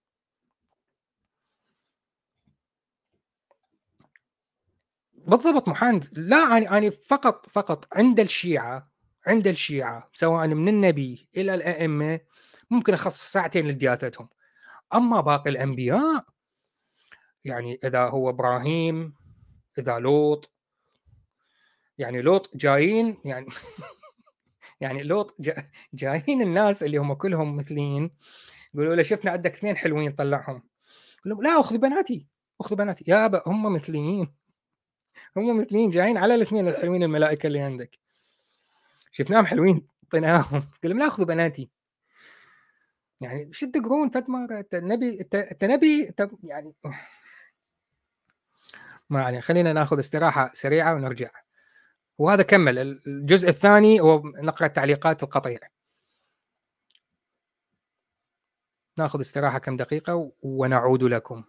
S1: بالضبط محمد، لا أنا أنا فقط فقط عند الشيعة عند الشيعة سواء من النبي إلى الأئمة ممكن أخصص ساعتين لدياثتهم. أما باقي الأنبياء يعني إذا هو إبراهيم، إذا لوط، يعني لوط جايين يعني يعني لوط جا جايين الناس اللي هم كلهم مثليين يقولوا له شفنا عندك اثنين حلوين طلعهم، يقول لهم لا أخذ بناتي أخذ بناتي يا أبا هم مثليين هم مثليين جايين على الاثنين الحلوين الملائكة اللي عندك شفناهم حلوين طيناهم، قال لهم لا أخذ بناتي. يعني شو تقرون فتمة النبي النبي يعني ما يعني. خلينا ناخذ استراحة سريعة ونرجع، وهذا كمل الجزء الثاني ونقرأ تعليقات القطيع. ناخذ استراحة كم دقيقة ونعود لكم.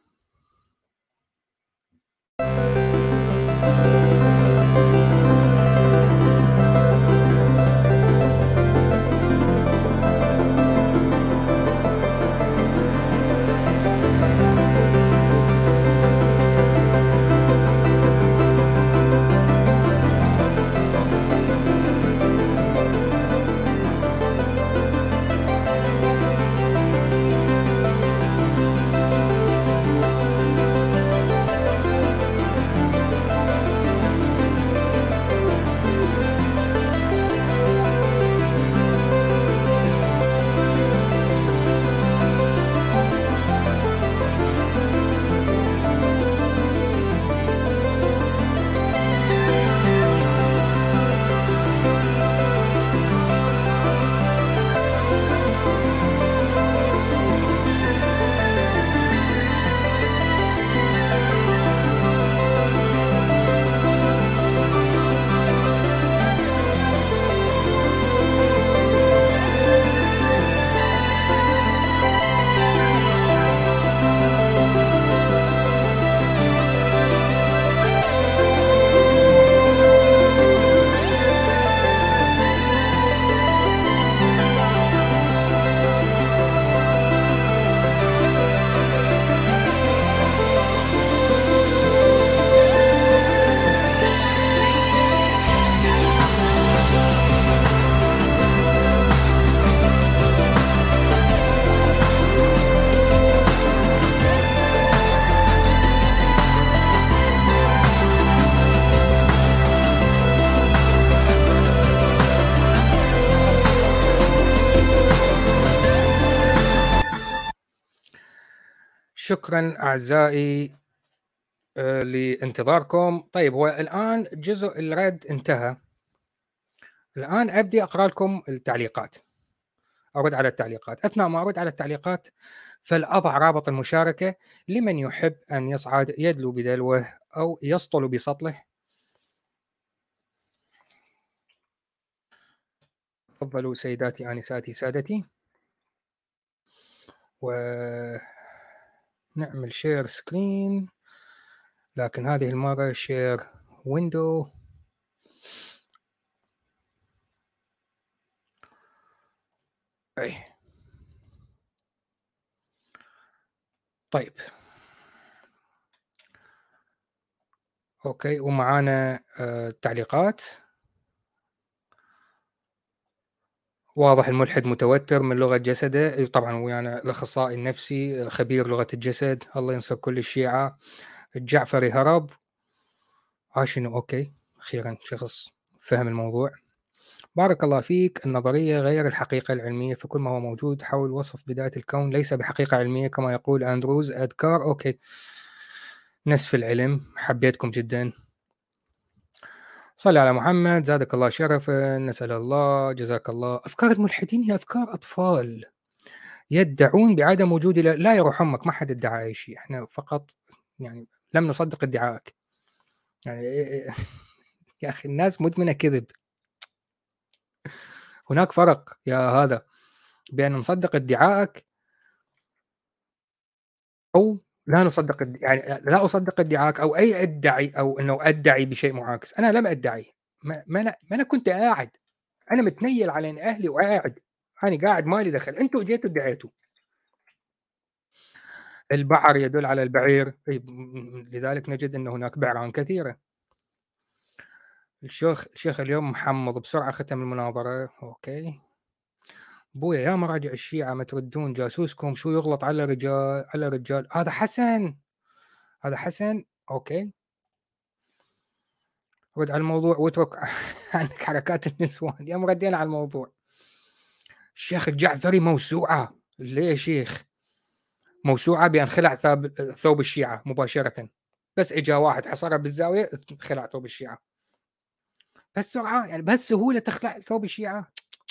S1: شكرا أعزائي آه، لانتظاركم. طيب هو الآن جزء الرد انتهى، الآن أبدي أقرأ لكم التعليقات، أرد على التعليقات. أثناء ما أرد على التعليقات فلأضع رابط المشاركة لمن يحب أن يصعد يدلو بدلوه أو يسطل بسطله. تفضلوا سيداتي آنساتي سادتي، ونعمل شير سكرين، لكن هذه المرة شير ويندو. أي طيب أوكي، ومعانا آه تعليقات. واضح الملحد متوتر من لغة جسده، طبعا ويانا الأخصائي النفسي خبير لغة الجسد، الله ينصر كل الشيعة. الجعفري هرب، ها شنو؟ أوكي أخيرا شخص فهم الموضوع. بارك الله فيك، النظرية غير الحقيقة العلمية، فكل ما هو موجود حول وصف بداية الكون ليس بحقيقة علمية كما يقول أندروز أدكار. أوكي، نصف العلم، حبيتكم جدا. صلى على محمد، زادك الله شرفا، نسأل الله، جزاك الله. أفكار الملحدين هي أفكار أطفال يدعون بعدم وجود لا, لا يروح أمك، ما حد ادعى أي شيء، احنا فقط يعني لم نصدق ادعائك يعني. يا أخي الناس مدمنة كذب. هناك فرق يا هذا بأن نصدق ادعائك أو لا نصدق الد- يعني لا أصدق ادعائك أو أي أدعي أو أنه أدعي بشيء معاكس. أنا لم أدعي، ما, ما, أنا, ما أنا كنت قاعد، أنا متنيل على إن أهلي وقاعد، أنا قاعد مالي دخل، أنتوا جيتوا ادعيتوا. البحر يدل على البعير، لذلك نجد أن هناك بعران كثيرة. الشيخ الشيخ اليوم محمض بسرعة ختم المناظرة. أوكي بويا يا مراجع الشيعة ما تردون، جاسوسكم شو يغلط على رجال على رجال. هذا حسن، هذا حسن. أوكي رد على الموضوع واترك عنك حركات النسوان. يا ردينا على الموضوع. الشيخ الجعفري موسوعة. ليه يا شيخ؟ موسوعة بأن خلع ثوب الشيعة مباشرة، بس إجا واحد حصرها بالزاوية خلع ثوب الشيعة بس سرعة، يعني بس سهولة تخلع ثوب الشيعة.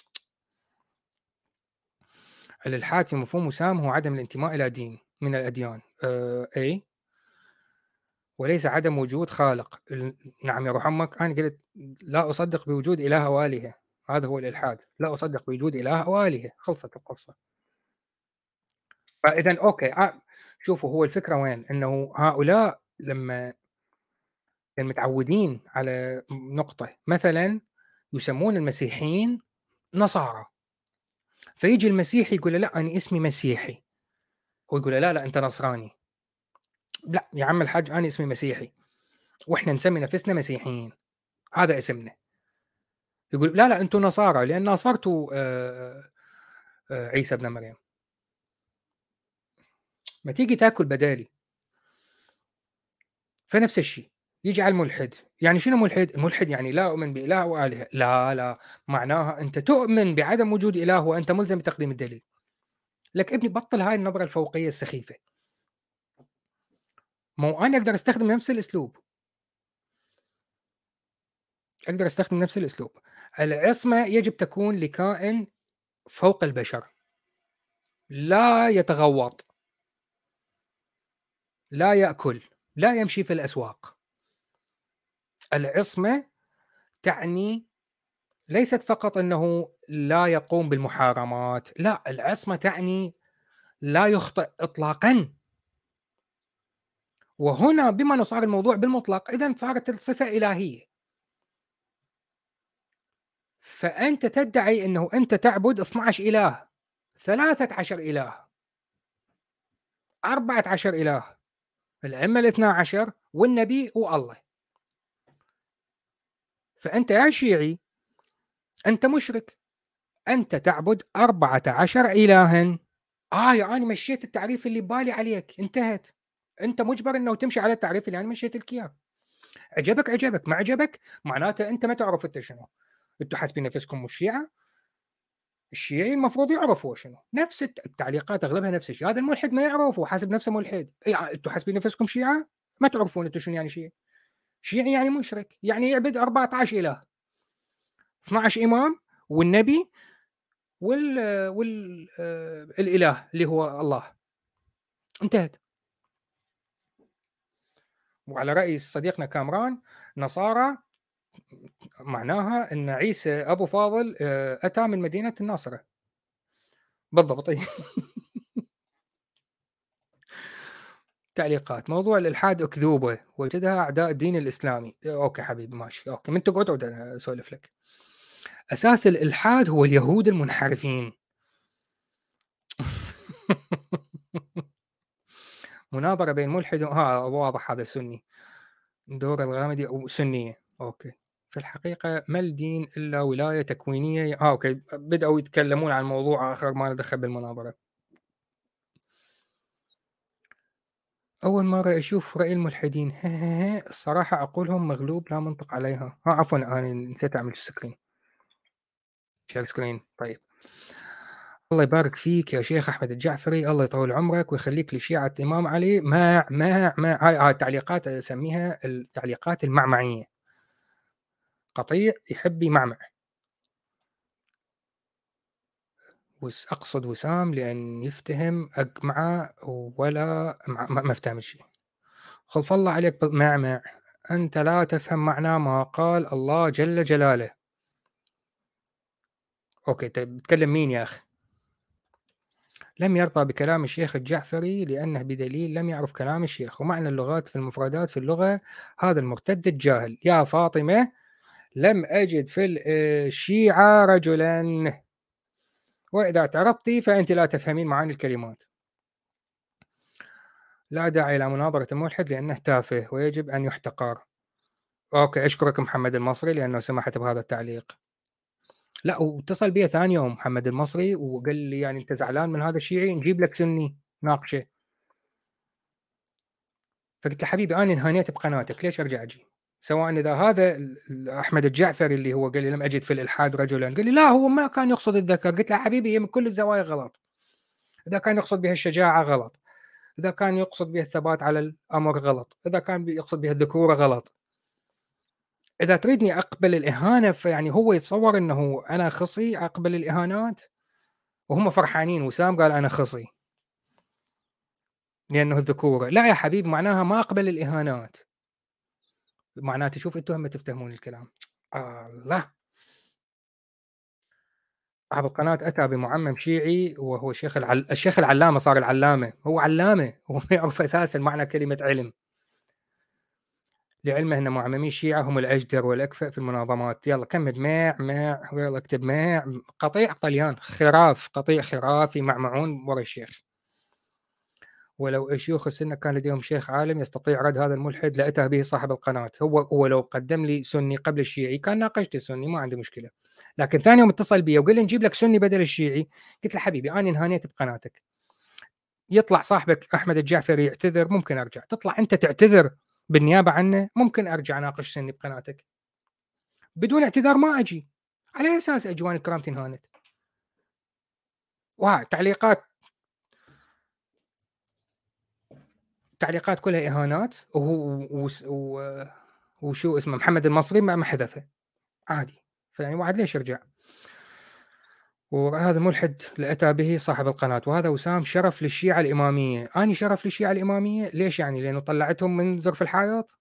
S1: الإلحاد في مفهوم وسام هو عدم الانتماء إلى دين من الأديان. أه أي وليس عدم وجود خالق. نعم يا روح أمك، أنا قلت لا أصدق بوجود إله وآلهة، هذا هو الإلحاد، لا أصدق بوجود إله وآلهة، خلصت القصة. فإذا أوكي شوفوا هو الفكرة وين، أنه هؤلاء لما متعودين على نقطة، مثلا يسمون المسيحيين نصارى، فيجي المسيحي يقول لا أنا اسمي مسيحي، هو يقول لا لا أنت نصراني. لا يا عم الحاج أنا اسمي مسيحي وإحنا نسمي نفسنا مسيحيين، هذا اسمنا. يقول لا لا أنتم نصارى لأن ناصرتوا آه آه عيسى ابن مريم، ما تيجي تاكل بدالي. فنفس الشيء يجي على الملحد، يعني شنو ملحد؟ الملحد يعني لا أؤمن بإله وآلهة، لا لا معناها أنت تؤمن بعدم وجود إله وأنت ملزم بتقديم الدليل. لك ابني بطل هاي النظرة الفوقية السخيفة. مو أنا أقدر أستخدم نفس الأسلوب، أقدر أستخدم نفس الأسلوب. العصمة يجب تكون لكائن فوق البشر، لا يتغوط، لا يأكل، لا يمشي في الأسواق. العصمة تعني ليست فقط أنه لا يقوم بالمحارمات، لا، العصمة تعني لا يخطئ إطلاقا. وهنا بما أنه صار الموضوع بالمطلق إذن صارت الصفة إلهية، فأنت تدعي أنه أنت تعبد اثني عشر إله، ثلاثة عشر إله، أربعة عشر إله، الأئمة الاثنى عشر والنبي والله. فأنت يا شيعي أنت مشرك، أنت تعبد أربعة عشر إلها. آه يا أنا مشيت التعريف اللي ببالي عليك، انتهت. أنت مجبر أنه تمشي على التعريف اللي أنا مشيت لك إياه. عجبك عجبك، ما عجبك معناته أنت ما تعرف أنت شنو. أنتوا حاسبين نفسكم مش شيعة، الشيعي المفروض يعرفوا شنو نفس التعليقات، اغلبها نفس الشيء. هذا الملحد ما يعرف، وحاسب نفسه ملحد. انتم حاسبين نفسكم شيعه؟ ما تعرفون انتم شنو يعني شيعي. شيعي يعني مشرك، يعني يعبد أربعة عشر اله، اثنا عشر امام والنبي وال وال آه، الاله اللي هو الله. انتهت. وعلى رأي صديقنا كامران، نصارى معناها ان عيسى ابو فاضل آه، اتى من مدينه الناصره. بالضبط. تعليقات: موضوع الالحاد اكذوبه وجدها اعداء الدين الاسلامي. اوكي حبيبي ماشي، اوكي من تقعد اقعد انا اسولف لك. اساس الالحاد هو اليهود المنحرفين. مناظره بين ملحد ها واضح هذا سني. دور الغامدي او سنيه. اوكي. في الحقيقه ما الدين الا ولايه تكوينيه. اه اوكي بداوا يتكلمون عن موضوع اخر ما له دخل بالمناظره. أول مرة أشوف رأي الملحدين. الصراحة عقولهم مغلوب لا منطق عليها. ها عفوا أنا نسيت أعمل سكرين شير سكرين. طيب الله يبارك فيك يا شيخ أحمد الجعفري، الله يطول عمرك ويخليك لشيعة الإمام علي. ما ما ما هاي هاي التعليقات أسميها التعليقات المعمعية. قطيع يحب يمعمع. أقصد وسام لأن يفتهم أقمعة ولا ما, ما افتهم شيء. خلف الله عليك معمع، أنت لا تفهم معنى ما قال الله جل جلاله. أوكي طيب بتكلم مين يا أخي؟ لم يرضى بكلام الشيخ الجعفري لأنه بدليل لم يعرف كلام الشيخ ومعنى اللغات في المفردات في اللغة. هذا المرتد الجاهل. يا فاطمة لم أجد في الشيعة رجلا، وإذا اعترضتي فأنت لا تفهمين معاني الكلمات. لا داعي إلى مناظرة الملحد لأنه تافه ويجب أن يحتقر. أوكي أشكرك محمد المصري لأنه سمحت بهذا التعليق. لا واتصل بي ثاني يوم محمد المصري وقال لي يعني أنت زعلان من هذا الشيعي، نجيب لك سني ناقشه. فقلت له حبيبي أنا انهانيت بقناتك، ليش أرجع أجي؟ سواء إذا هذا أحمد الجعفري اللي هو قال لي لم أجد في الإلحاد رجلا، قال لي لا هو ما كان يقصد الذكر. قلت له حبيبي هي من كل الزوايا غلط. إذا كان يقصد بها الشجاعة غلط، إذا كان يقصد بها الثبات على الأمر غلط، إذا كان يقصد بها الذكورة غلط. إذا تريدني أقبل الإهانة فيعني هو يتصور أنه أنا خصي أقبل الإهانات وهم فرحانين. وسام قال أنا خصي لأنه الذكورة. لا يا حبيبي معناها ما أقبل الإهانات، معناته شوف أنتم هم تفتهمون الكلام. الله. صاحب القناة أتى بمعمم شيعي وهو شيخ العل... الشيخ العلامة. صار العلامة، هو علامة هو ما يعرف أساسا معنى كلمة علم. لعلمه أن معممي الشيعة هم الأجدر والأكفأ في المناظمات. يلا كمل. ماع ماع ويلا اكتب ماع. قطيع طليان خراف، قطيع خراف يمعمعون ورا الشيخ. ولو شيوخ السنة كان لديهم شيخ عالم يستطيع رد هذا الملحد لأتى به صاحب القناة. هو هو لو قدم لي سني قبل الشيعي كان ناقشت السني ما عندي مشكلة. لكن ثاني يوم اتصل بي وقال لي نجيب لك سني بدل الشيعي. قلت له حبيبي أنا انهانيت بقناتك. يطلع صاحبك أحمد الجعفري يعتذر ممكن أرجع، تطلع أنت تعتذر بالنيابة عنه ممكن أرجع ناقش سني بقناتك. بدون اعتذار ما أجي. على أساس أجي وأنا كرامتي انهانت؟ وها تعليقات تعليقات كلها إهانات. وهو و... وشو اسمه محمد المصري ما حذفه عادي. فيعني واحد ليش يرجع؟ وهذا ملحد لأتى به صاحب القناة. وهذا وسام شرف للشيعة الإمامية. أني شرف للشيعة الإمامية ليش يعني؟ لأنه طلعتهم من زرف الحائط.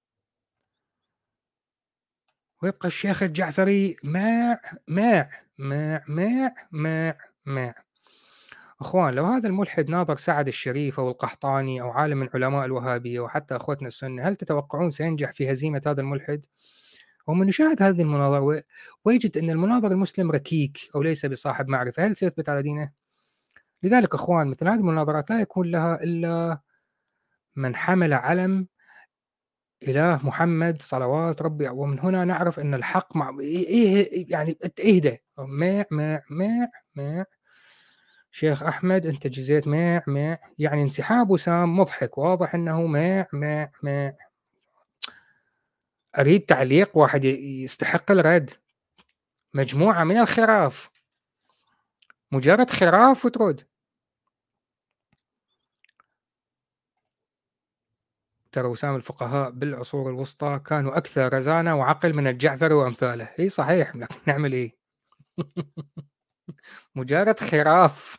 S1: ويبقى الشيخ الجعفري ماع ماع ماع ماع ماع ماع. أخوان لو هذا الملحد ناظر سعد الشريف أو القحطاني أو عالم من علماء الوهابية وحتى أخوتنا السنة، هل تتوقعون سينجح في هزيمة هذا الملحد؟ ومن يشاهد هذه المناظرة ويجد أن المناظر المسلم ركيك أو ليس بصاحب معرفة، هل سيثبت على دينه؟ لذلك أخوان مثل هذه المناظرات لا يكون لها إلا من حمل علم إله محمد صلوات ربي. ومن هنا نعرف أن الحق مع إيه يعني إهدى ماع ماع ماع ماع. شيخ أحمد أنت جزيت ماع ماع يعني انسحاب وسام مضحك واضح أنه ماع ماع ماع. أريد تعليق واحد يستحق الرد. مجموعة من الخراف مجرد خراف وترد. ترى وسام الفقهاء بالعصور الوسطى كانوا أكثر رزانة وعقل من الجعفري وأمثاله. إي صحيح، نعمل إيه؟ مجرد خراف.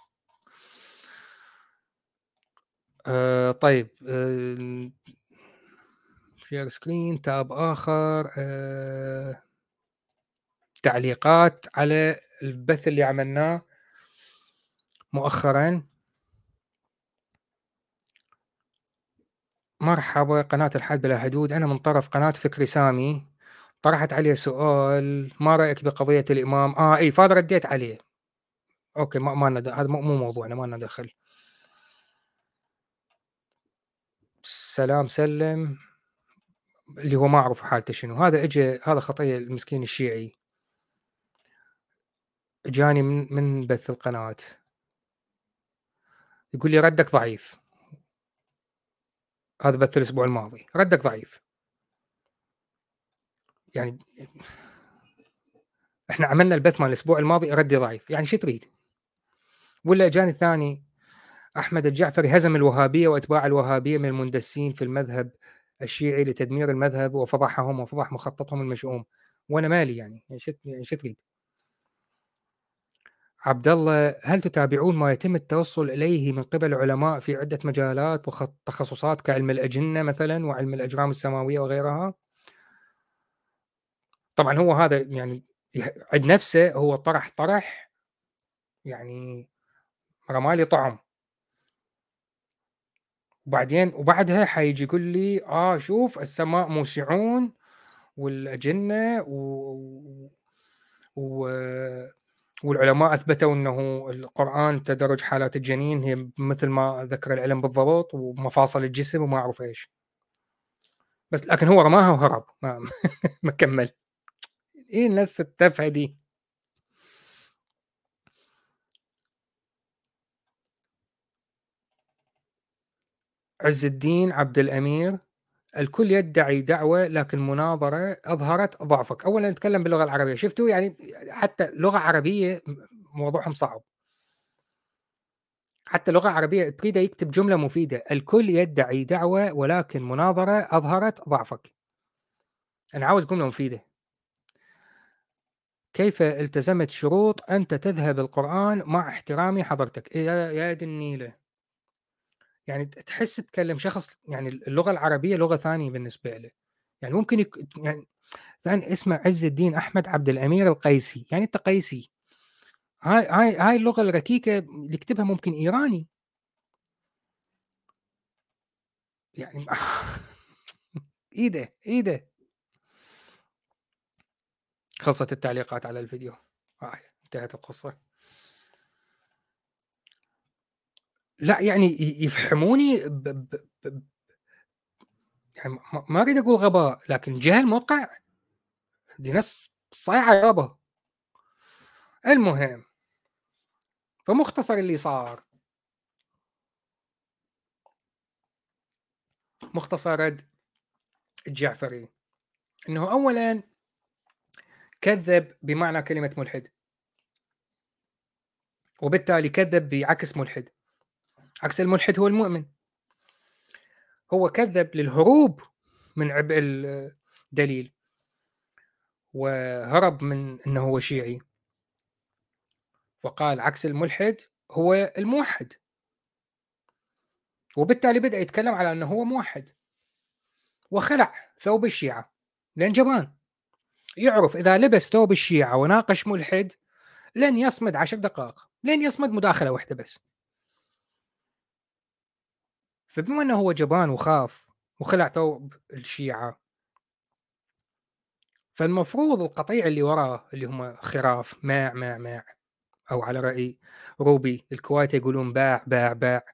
S1: آه طيب، آه شير سكرين، تاب آخر، آه تعليقات على البث اللي عملناه مؤخرا. مرحبا قناة الحاد بلا حدود، أنا من طرف قناة فكري سامي، طرحت عليه سؤال: ما رأيك بقضية الإمام؟ آه إي فهذا رديت عليه. أوكي، ما ما ند... هذا مو موضوعنا، ما لنا دخل. سلام سلم، اللي هو ما أعرف حالته شنو. هذا إجا، هذا خطية المسكين الشيعي، جاني من من بث القناة يقول لي ردك ضعيف. هذا بث الأسبوع الماضي، ردك ضعيف. يعني احنا عملنا البث مال الأسبوع الماضي، ردي ضعيف، يعني شو تريد؟ ولا جاني ثاني: أحمد الجعفري هزم الوهابية وأتباع الوهابية من المندسين في المذهب الشيعي لتدمير المذهب وفضحهم وفضح مخططهم المشؤوم. وأنا مالي يعني، يعني شو يعني شو تريد؟ عبد الله: هل تتابعون ما يتم التوصل إليه من قبل علماء في عدة مجالات وتخصصات كعلم الأجنة مثلا وعلم الأجرام السماوية وغيرها؟ طبعا هو هذا يعني عند نفسه هو طرح طرح يعني رمالي طعم، وبعدين وبعدها حيجي يقول لي اه شوف السماء موسعون والأجنة و... و... والعلماء أثبتوا أنه القرآن تدرج حالات الجنين هي مثل ما ذكر العلم بالضبط، ومفاصل الجسم وما أعرف إيش. بس لكن هو رماها وهرب، ما, ما كمل. إيه الناس التافهة دي؟ عز الدين عبد الأمير: الكل يدعي دعوة لكن مناظرة أظهرت ضعفك. أولا نتكلم باللغة العربية، شفتوا يعني حتى لغة عربية موضوعهم صعب. حتى لغة عربية تريد يكتب جملة مفيدة: الكل يدعي دعوة ولكن مناظرة أظهرت ضعفك. أنا عاوز جملة مفيدة. كيف التزمت شروط أنت تذهب القرآن مع احترامي حضرتك؟ إيه يا يا دي النيلة، يعني تحس تكلم شخص يعني اللغة العربية لغة ثانية بالنسبة له. يعني ممكن يك... يعني ثاني اسمه عز الدين أحمد عبد الأمير القيسي، يعني أنت قيسي. هاي هاي هاي اللغة الركيكة اللي يكتبها ممكن إيراني يعني. إيده إيده. خلصت التعليقات على الفيديو، آه انتهت القصة. لا يعني يفهموني ب... ب... ب... يعني ما اريد اقول غباء، لكن جهل موقع. دي ناس صايعه يابا. المهم، فمختصر اللي صار، مختصر رد الجعفري انه اولا كذب بمعنى كلمه ملحد، وبالتالي كذب بعكس ملحد. عكس الملحد هو المؤمن. هو كذب للهروب من عبء الدليل، وهرب من انه هو شيعي، وقال عكس الملحد هو الموحد، وبالتالي بدأ يتكلم على انه هو موحد، وخلع ثوب الشيعة لأن جبان. يعرف إذا لبس ثوب الشيعة وناقش ملحد لن يصمد عشر دقائق، لن يصمد مداخلة واحدة بس. فبما أنه هو جبان وخاف وخلع ثوب الشيعة، فالمفروض القطيع اللي وراه اللي هم خراف ماع ماع ماع، أو على رأي روبي الكويت يقولون باع باع باع،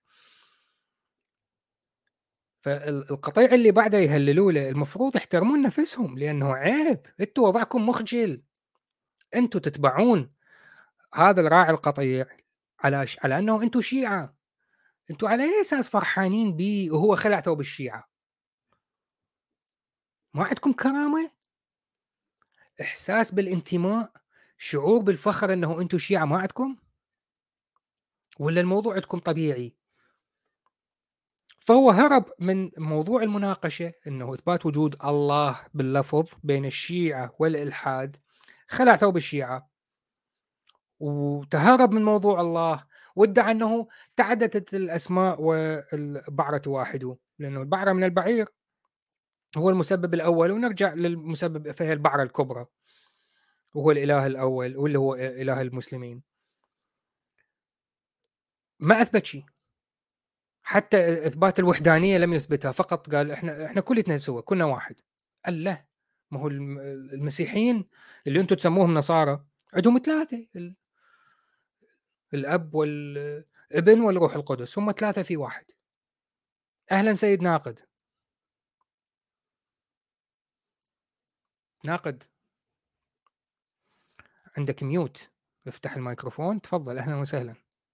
S1: فالقطيع اللي بعده يهللوا له المفروض يحترمون نفسهم، لأنه عيب. أنتوا وضعكم مخجل، أنتوا تتبعون هذا الراعي القطيع على ش... على انه انتم شيعه. انتم على اي اساس فرحانين بيه وهو خلع ثوب الشيعه؟ ما عندكم كرامه، احساس بالانتماء، شعور بالفخر انه انتم شيعه؟ ما عندكم. ولا الموضوع عندكم طبيعي؟ فهو هرب من موضوع المناقشة إنه إثبات وجود الله باللفظ بين الشيعة والإلحاد، خلع ثوب الشيعة وتهرب من موضوع الله، وادعى أنه تعددت الأسماء والبعرة واحد، لأنه البعرة من البعير هو المسبب الأول، ونرجع للمسبب فهي البعرة الكبرى وهو الإله الأول واللي هو إله المسلمين. ما أثبت شيء، حتى إثبات الوحدانية لم يثبتها، فقط قال إحنا إحنا كلنا سوا، كنا واحد. قال لا، ما هو المسيحيين اللي أنتم تسموهم نصارى عندهم ثلاثة، الأب والابن والروح القدس، هم ثلاثة في واحد. أهلا سيد ناقد. ناقد عندك ميوت، افتح الميكروفون تفضل. أهلا وسهلا.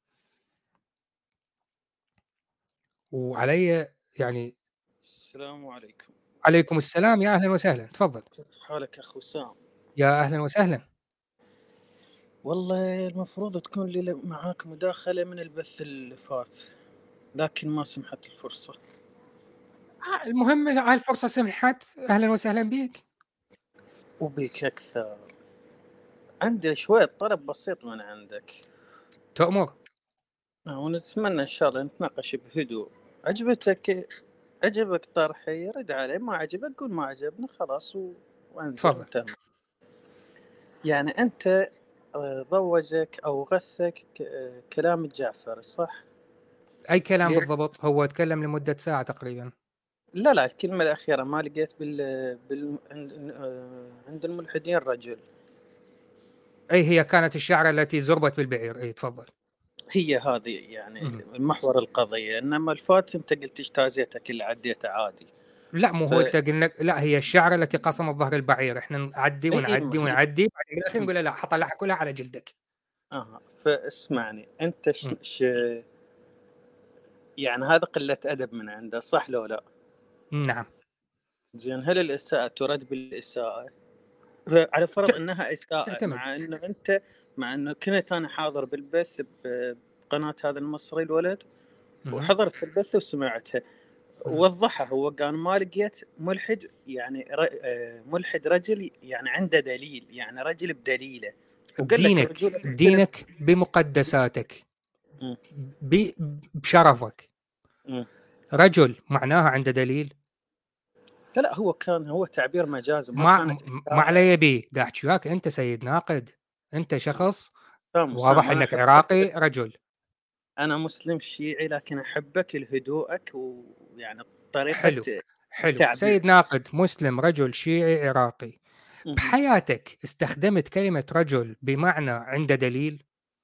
S1: وعلي يعني
S3: السلام عليكم.
S1: عليكم السلام، يا أهلا وسهلا، تفضل.
S3: كيف حالك أخ وسام؟
S1: يا أهلا وسهلا.
S3: والله المفروض تكون لي معاك مداخلة من البث اللي فات، لكن ما سمحت الفرصة.
S1: المهم هاي الفرصة سمحت، أهلا وسهلا بك.
S3: وبيك أكثر. عندي شوية طلب بسيط من عندك.
S1: تأمر.
S3: ونتمنى إن شاء الله نتناقش بهدوء. عجبتك عجبك طرحي رد عليه، ما عجبك قول ما عجبني خلاص و... وانزل وانتهى. يعني أنت ضوجك أو غثك كلام الجعفر صح؟
S1: أي كلام بالضبط؟ هو تكلم لمدة ساعة تقريبا.
S3: لا لا الكلمة الأخيرة ما لقيت بال, بال... عند الملحدين رجل.
S1: أي هي كانت الشعرة التي زربت بالبعير. أي تفضل.
S3: هي هذه يعني محور القضية، إنما الفات أنت قلت اجتازيتك اللي عديته عادي.
S1: لا مو ف... هو انت قلنا لا، هي الشعرة التي قصمت ظهر البعير، احنا نعدي ونعدي ونعدي بعدين بالاخير نقول لا حطلعها كلها على جلدك.
S3: اه فاسمعني انت ش... ش... يعني هذا قلة أدب من عنده صح لو لا؟
S1: نعم.
S3: زين هل الإساءة ترد بالإساءة؟ على فرض ت... انها إساءة
S1: تعتمد.
S3: مع انه انت مع انه كنت انا حاضر بالبث بقناة هذا المصري الولد م- وحضرت البث وسمعتها. وضحها هو قال ما لقيت ملحد يعني ر... ملحد رجل يعني عنده دليل، يعني رجل بدليله.
S1: بدينك بدينك بمقدساتك ب... بشرفك. م. رجل معناها عنده دليل.
S3: لا لا هو كان هو تعبير مجازي ما,
S1: ما
S3: كانت
S1: ما علي بيه قاعد وياك انت سيد ناقد، انت شخص
S3: سام
S1: واضح
S3: سام
S1: انك عراقي رجل.
S3: انا مسلم شيعي لكن احبك لهدوءك ويعني طريقه
S1: حلو حلو
S3: تعبير.
S1: سيد ناقد مسلم رجل شيعي عراقي. بحياتك استخدمت كلمة رجل بمعنى عنده دليل؟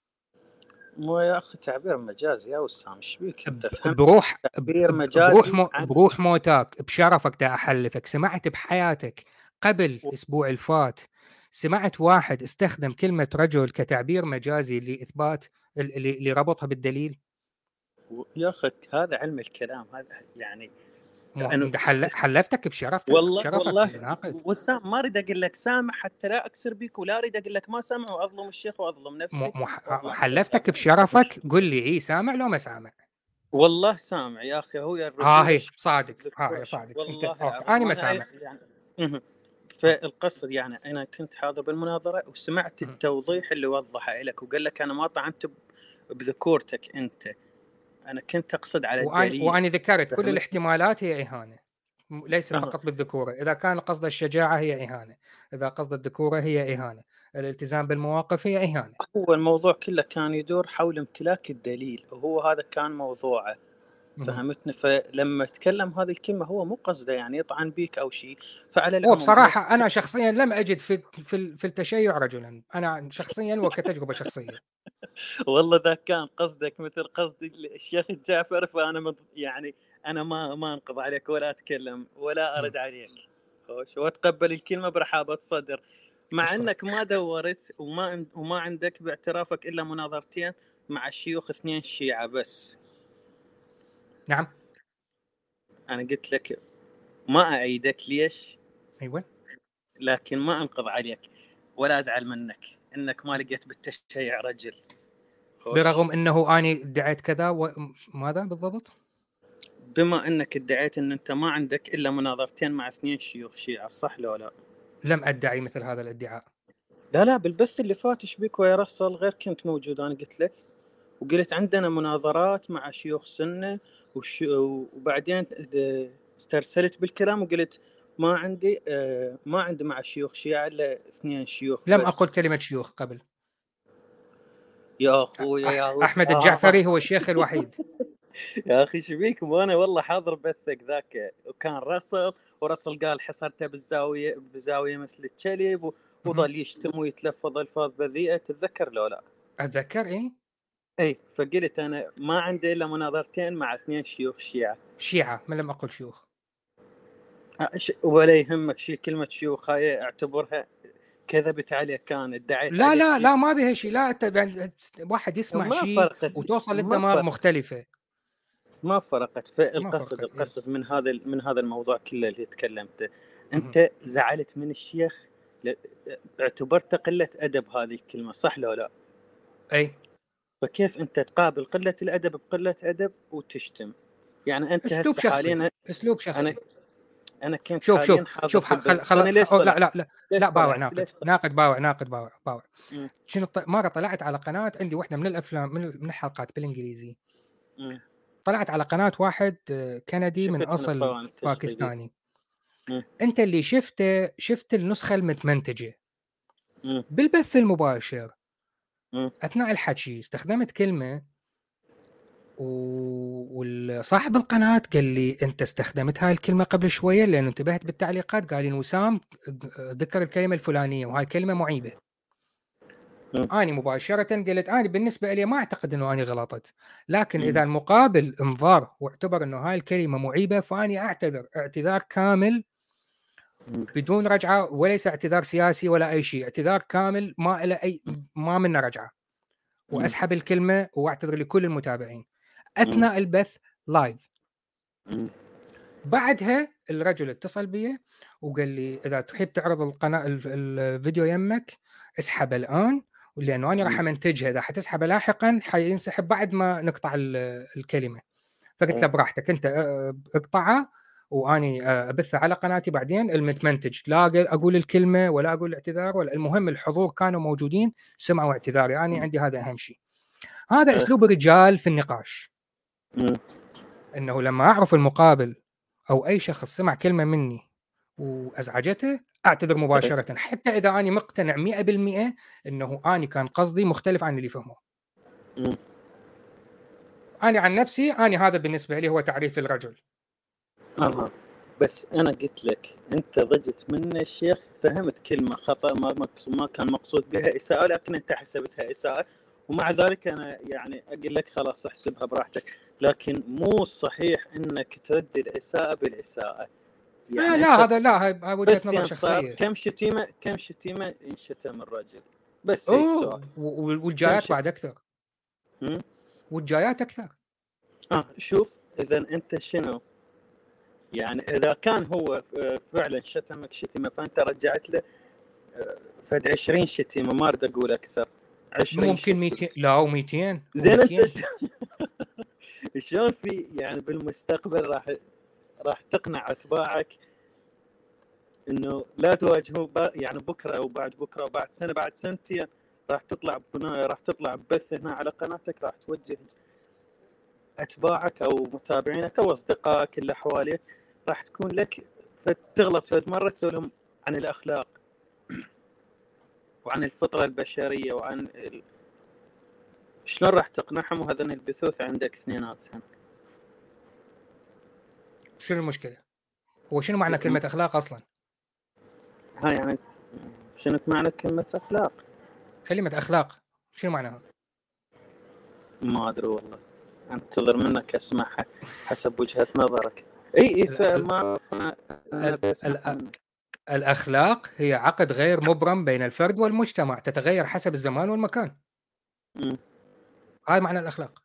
S3: مو يا اخي تعبير مجازي يا وسام ايش بيك انت فهمت؟
S1: بروح
S3: تعبير مجازي
S1: بروح مو بروح موتاك بشرفك دا احلفك سمعت بحياتك قبل و... اسبوع الفات سمعت واحد استخدم كلمة رجل كتعبير مجازي لاثبات اللي, اللي ربطها بالدليل؟
S3: يا اخي هذا علم الكلام هذا يعني
S1: أنا حل... حلفتك بشرفتك
S3: والله
S1: بشرفك
S3: والله وسام ما اريد اقول لك سامح حتى لا اكسر بك، ولا اريد اقول لك ما سامع واظلم الشيخ واظلم نفسي.
S1: م... م... حلفتك بشرفك قل لي ايه سامع لو ما سامع.
S3: والله سامع يا اخي هو الرجل
S1: ها هي صادق ها هي صادق
S3: والله
S1: انا ما سامع
S3: يعني. فالقصد يعني انا كنت حاضر بالمناظره وسمعت التوضيح اللي وضحه لك وقال لك انا ما طعنت بذكورتك انت، انا كنت اقصد على الدليل.
S1: وانا ذكرت كل الاحتمالات هي اهانه، ليس فقط بالذكوره، اذا كان قصد الشجاعه هي اهانه، اذا قصد الذكوره هي اهانه، الالتزام بالمواقف هي اهانه.
S3: هو الموضوع كله كان يدور حول امتلاك الدليل وهو هذا كان موضوعه فهمتني. فلما تكلم هذه الكلمه هو مو قصده يعني يطعن بيك او شيء. فعلى العموم
S1: وبصراحه انا شخصيا لم اجد في في في التشيع رجلا، انا شخصيا وكتجربه شخصيه.
S3: والله ذا كان قصدك مثل قصد الشيخ الجعفر فانا يعني انا ما ما انقض عليك ولا اتكلم ولا ارد عليك خوش واتقبل الكلمه برحابه صدر، مع أشترك. انك ما دورت وما وما عندك باعترافك الا مناظرتين مع الشيوخ اثنين شيعه بس.
S1: نعم
S3: انا قلت لك ما اأيدك ليش؟
S1: ايوه
S3: لكن ما انقض عليك ولا ازعل منك انك ما لقيت بالتشيع رجل
S1: برغم انه اني ادعيت كذا وماذا بالضبط؟
S3: بما انك ادعيت ان انت ما عندك الا مناظرتين مع اثنين شيوخ شيعة، صح لو لا؟
S1: لم ادعي مثل هذا الادعاء.
S3: لا لا بالبث اللي فات ايش بيك ويا رسل غير كنت موجود، انا قلت لك وقلت عندنا مناظرات مع شيوخ سنة وش... وبعدين استرسلت بالكلام وقلت ما عندي آه ما عندي مع شيوخ شيعة الا اثنين شيوخ
S1: لم
S3: بس.
S1: اقل كلمة شيوخ قبل
S3: يا اخويا يا
S1: احمد الجعفري هو الشيخ الوحيد.
S3: يا اخي شبيك وانا والله حاضر بثك ذاك، وكان رسل ورسل قال حصرته بالزاويه بزاويه مثل الكلب وظل يشتم ويتلفظ الفاظ بذيئه، تتذكر لو لا؟
S1: اتذكر. اي
S3: اي فقلت انا ما عندي الا مناظرتين مع اثنين شيوخ شيعة
S1: شيعة، ما لم اقل شيوخ.
S3: ولا يهمك شيل كلمه شيوخ هاي اعتبرها كذبت عليك، كان ادعيت
S1: لا
S3: عليك
S1: لا
S3: شيء.
S1: لا ما بها شيء. لا يعني واحد يسمع شيء وتوصل للدماغ مختلفة.
S3: ما فرقت في
S1: ما
S3: القصد
S1: فرقت.
S3: القصد من هذا من هذا الموضوع كله اللي تكلمته انت. زعلت من الشيخ، اعتبرت قلة ادب هذه الكلمة، صح لو لا؟
S1: اي
S3: فكيف انت تقابل قلة الادب بقلة ادب وتشتم؟ يعني انت
S1: اسلوب
S3: هسه
S1: شخصي.
S3: حاليا
S1: اسلوب شخصي.
S3: انا انا كنت
S1: شوف
S3: حاليا
S1: شوف
S3: حاضر
S1: شوف
S3: في
S1: خل
S3: البث.
S1: خل
S3: أنا ليش
S1: خل لا
S3: طلعت؟
S1: لا لا لا باوع ناقد ناقد باوع ناقد باوع باوع
S3: م.
S1: شنو مرة طلعت على قناة عندي واحدة من الافلام من من الحلقات بالانجليزي. م. طلعت على قناة واحد كندي من اصل باكستاني. م. انت اللي شفته شفت النسخة المتمنتجة م. بالبث المباشر. م. اثناء الحكي استخدمت كلمة وصاحب القناة قال لي أنت استخدمت هاي الكلمة قبل شوية، لأنه انتبهت بالتعليقات قال لي وسام ذكر الكلمة الفلانية وهاي كلمة معيبة. أنا مباشرة قلت أنا بالنسبة لي ما أعتقد أنه أنا غلطت، لكن م. إذا المقابل انظر واعتبر أنه هاي الكلمة معيبة فأني أعتذر اعتذار كامل بدون رجعة، وليس اعتذار سياسي ولا أي شيء، اعتذار كامل ما إلى أي ما منه رجعة، وأسحب الكلمة وأعتذر لكل المتابعين أثناء البث لايف. بعدها الرجل اتصل بي وقال لي إذا تحب تعرض القناة الفيديو يمك اسحب الآن، لأنه أنا راح أمنتجها، إذا حتسحب لاحقا حينسحب بعد ما نقطع الكلمة. فقلت له براحتك أنت اقطعها وأني أبثها على قناتي بعدين المتمنتج، لا أقول الكلمة ولا أقول الاعتذار ولا المهم الحضور كانوا موجودين سمعوا اعتذاري، أنا عندي هذا أهم شيء. هذا أسلوب الرجال في النقاش، إنه لما أعرف المقابل أو أي شخص سمع كلمة مني وأزعجته أعتذر مباشرة، حتى إذا أنا مقتنع مئة بالمئة إنه أنا كان قصدي مختلف عن اللي فهمه. أنا عن نفسي أنا هذا بالنسبة لي هو تعريف الرجل.
S3: أه. بس أنا قلت لك أنت ضجت من الشيخ، فهمت كلمة خطأ ما ما كان مقصود بها إساءة، لكن أنت حسبتها إساءة، ومع ذلك أنا يعني أقول لك خلاص احسبها براحتك، لكن مو صحيح إنك ترد الإساءة بالإساءة.
S1: يعني لا هذا لا هاي وجهة نظر شخصية.
S3: كم شتيمة كم شتيمة انشتم الرجل بس
S1: أوه. والجايات بعد أكثر.
S3: هم؟
S1: والجايات أكثر.
S3: آه شوف إذا أنت شنو يعني إذا كان هو فعلا شتمك شتيمة فأنت رجعت له فد عشرين شتيمة، ما أريد أقول أكثر، عشرين
S1: ممكن مئتين لا ومئتين.
S3: زين أنت شلون في يعني بالمستقبل راح راح تقنع أتباعك إنه لا تواجهوا يعني بكرة أو بعد بكرة وبعد سنة بعد سنتين راح تطلع راح تطلع بث هنا على قناتك، راح توجه أتباعك أو متابعينك أو أصدقائك اللي حواليك، راح تكون لك فتغلط فد مرة تسولهم عن الأخلاق وعن الفطرة البشرية وعن ال... شلون راح تقنعهم وهذين البثوث عندك اثنيناتهم؟
S1: شنو المشكلة؟ هو شنو معنى كلمة أخلاق أصلا؟
S3: ها يعني شنو معنى كلمة أخلاق؟
S1: كلمة أخلاق شنو معناها؟
S3: ما أدري والله، أنتظر منك أسمعها حسب وجهة نظرك. أي إيه فما
S1: الأخلاق هي عقد غير مبرم بين الفرد والمجتمع، تتغير حسب الزمان والمكان. م. هذا معنى الأخلاق.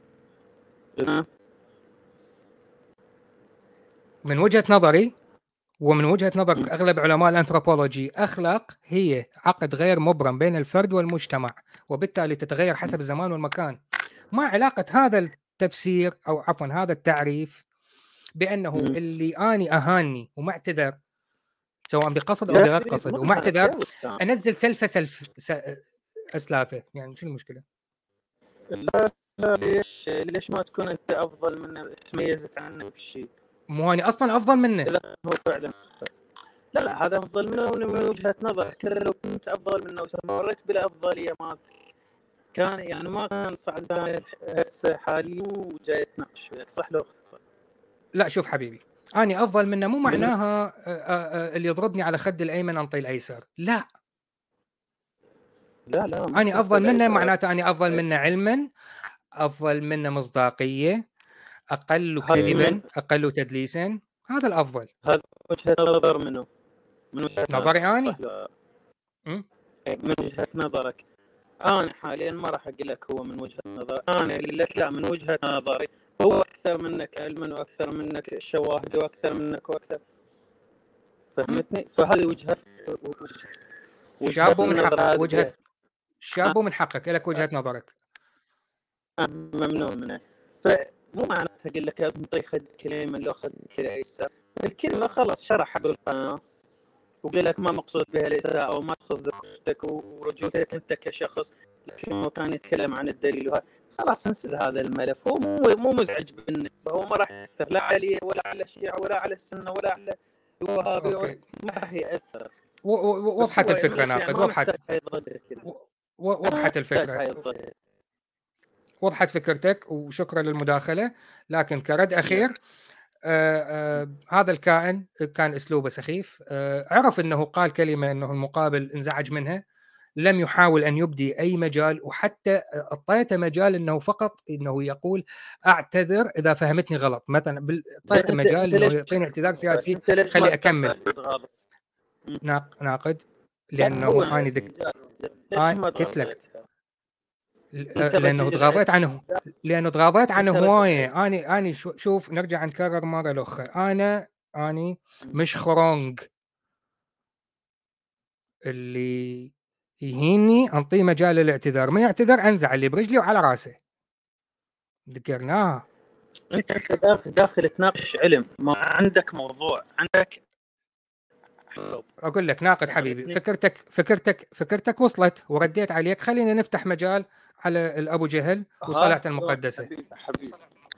S1: م. من وجهة نظري ومن وجهة نظر أغلب علماء الأنثروبولوجي أخلاق هي عقد غير مبرم بين الفرد والمجتمع، وبالتالي تتغير حسب الزمان والمكان. ما علاقة هذا التفسير أو عفوا هذا التعريف بأنه
S3: مم.
S1: اللي أني أهاني ومعتذر سواء بقصد أو
S3: يا
S1: بغير
S3: حبيبي
S1: قصد
S3: مو
S1: ومعتذر
S3: هكذا وسام.
S1: أنزل سلفة سلف س- أسلافه، يعني شو المشكلة؟
S3: لا لا ليش ليش ما تكون انت افضل منه، تميزت عنه بالشيء؟
S1: مو أنا أصلا أفضل منه.
S3: اذا هو فعلا لا لا هذا افضل منه من وجهة نظر. كذا لو كنت افضل منه ومريت بلا افضليه ما كان يعني ما كان صعد هسه حالي وجاي تناقش فيك، صح لو
S1: لا شوف حبيبي، أنا أفضل منه مو معناها آه، آه، اللي يضربني على خد الأيمن أنطي الأيسر، لا.
S3: لا لا
S1: أنا أفضل منه معناته أنا أفضل منه علما، أفضل منه مصداقية، أقل كذبا، أقل تدليسا، هذا الأفضل.
S3: هذا وجهة نظر منه من وجهة
S1: نظري أني
S3: صح لا. من وجهة نظرك. أنا حاليا ما راح أقول لك هو من وجهة نظر، أنا أقول لك لا من وجهة نظري هو أكثر منك علما وأكثر منك شواهد وأكثر منك وأكثر، فهمتني؟ فهذه وجهة
S1: شاب من حقك وجهة شاب من حقك لك وجهة نظرك،
S3: ممنوع منه. فمو معناته أقول لك أنطي خد كلمة لو خد كذا يسار الكلمة خلاص شرح بالقناة وقال لك ما مقصود بها الإساءة أو ما تخص ذكرتك ورجولتك أنت كشخص، لكن كان يتكلم عن الدليل وهذا خلاص انسى هذا الملف. هو مو مو مزعج بالنسبة، هو ما راح يأثر لا عليه ولا على الشيعة ولا على السنة ولا على الوهابي، ما راح يأثر.
S1: وضحت الفكرة ناقد، وضحت وضحت الفكرة، وضحت فكرتك وشكرا للمداخلة. لكن كرد أخير آه آه هذا الكائن كان أسلوبه سخيف، آه عرف أنه قال كلمة أنه المقابل انزعج منها، لم يحاول أن يبدي أي مجال، وحتى أعطيته مجال أنه فقط أنه يقول أعتذر إذا فهمتني غلط مثلا، أعطيته مجال أنه يعطيني اعتذار سياسي خلي أكمل. ناقد لأنه أنا ذك... قلت لك لأنه تغاضيت عنه لأنه تغاضيت عنه هواية. أنا أنا شوف نرجع نكرر مرة الأخرى، أنا أنا مش خرونج اللي يهيني أنطيه مجال للاعتذار، ما يعتذر أنزع اللي برجلي وعلى راسه. ذكرناها.
S3: أنت داخل داخل تناقش علم، ما عندك موضوع، عندك
S1: أقول لك ناقد حبيبي، فكرتك فكرتك فكرتك وصلت ورديت عليك، خلينا نفتح مجال على الأبو جهل وصلاة المقدسة.
S3: حبيبي حبيبي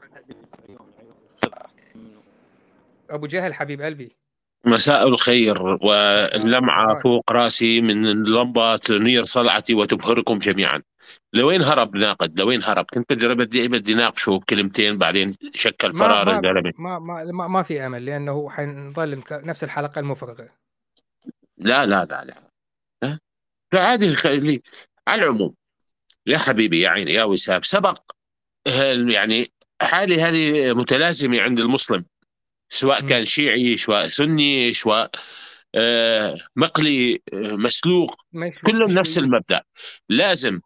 S1: أبو جهل حبيب قلبي،
S4: مساء الخير، واللمعة فوق راسي من لمبة تنير صلعتي وتبهركم جميعا. لوين هرب ناقد؟ لوين هرب؟ كنت بدي بدي بدي ناقشه بكلمتين بعدين شكل فرار الزلمة.
S1: ما ما ما ما في امل لانه حنظل نفس الحلقة المفرغة.
S4: لا لا لا لا فعادي خلي على العموم يا حبيبي يا عيني يا وسام، سبق يعني حالي هذه متلازمة عند المسلم، سواء كان شيعي سواء سني سواء آه مقلي آه مسلوق، كلهم نفس المبدأ. لازم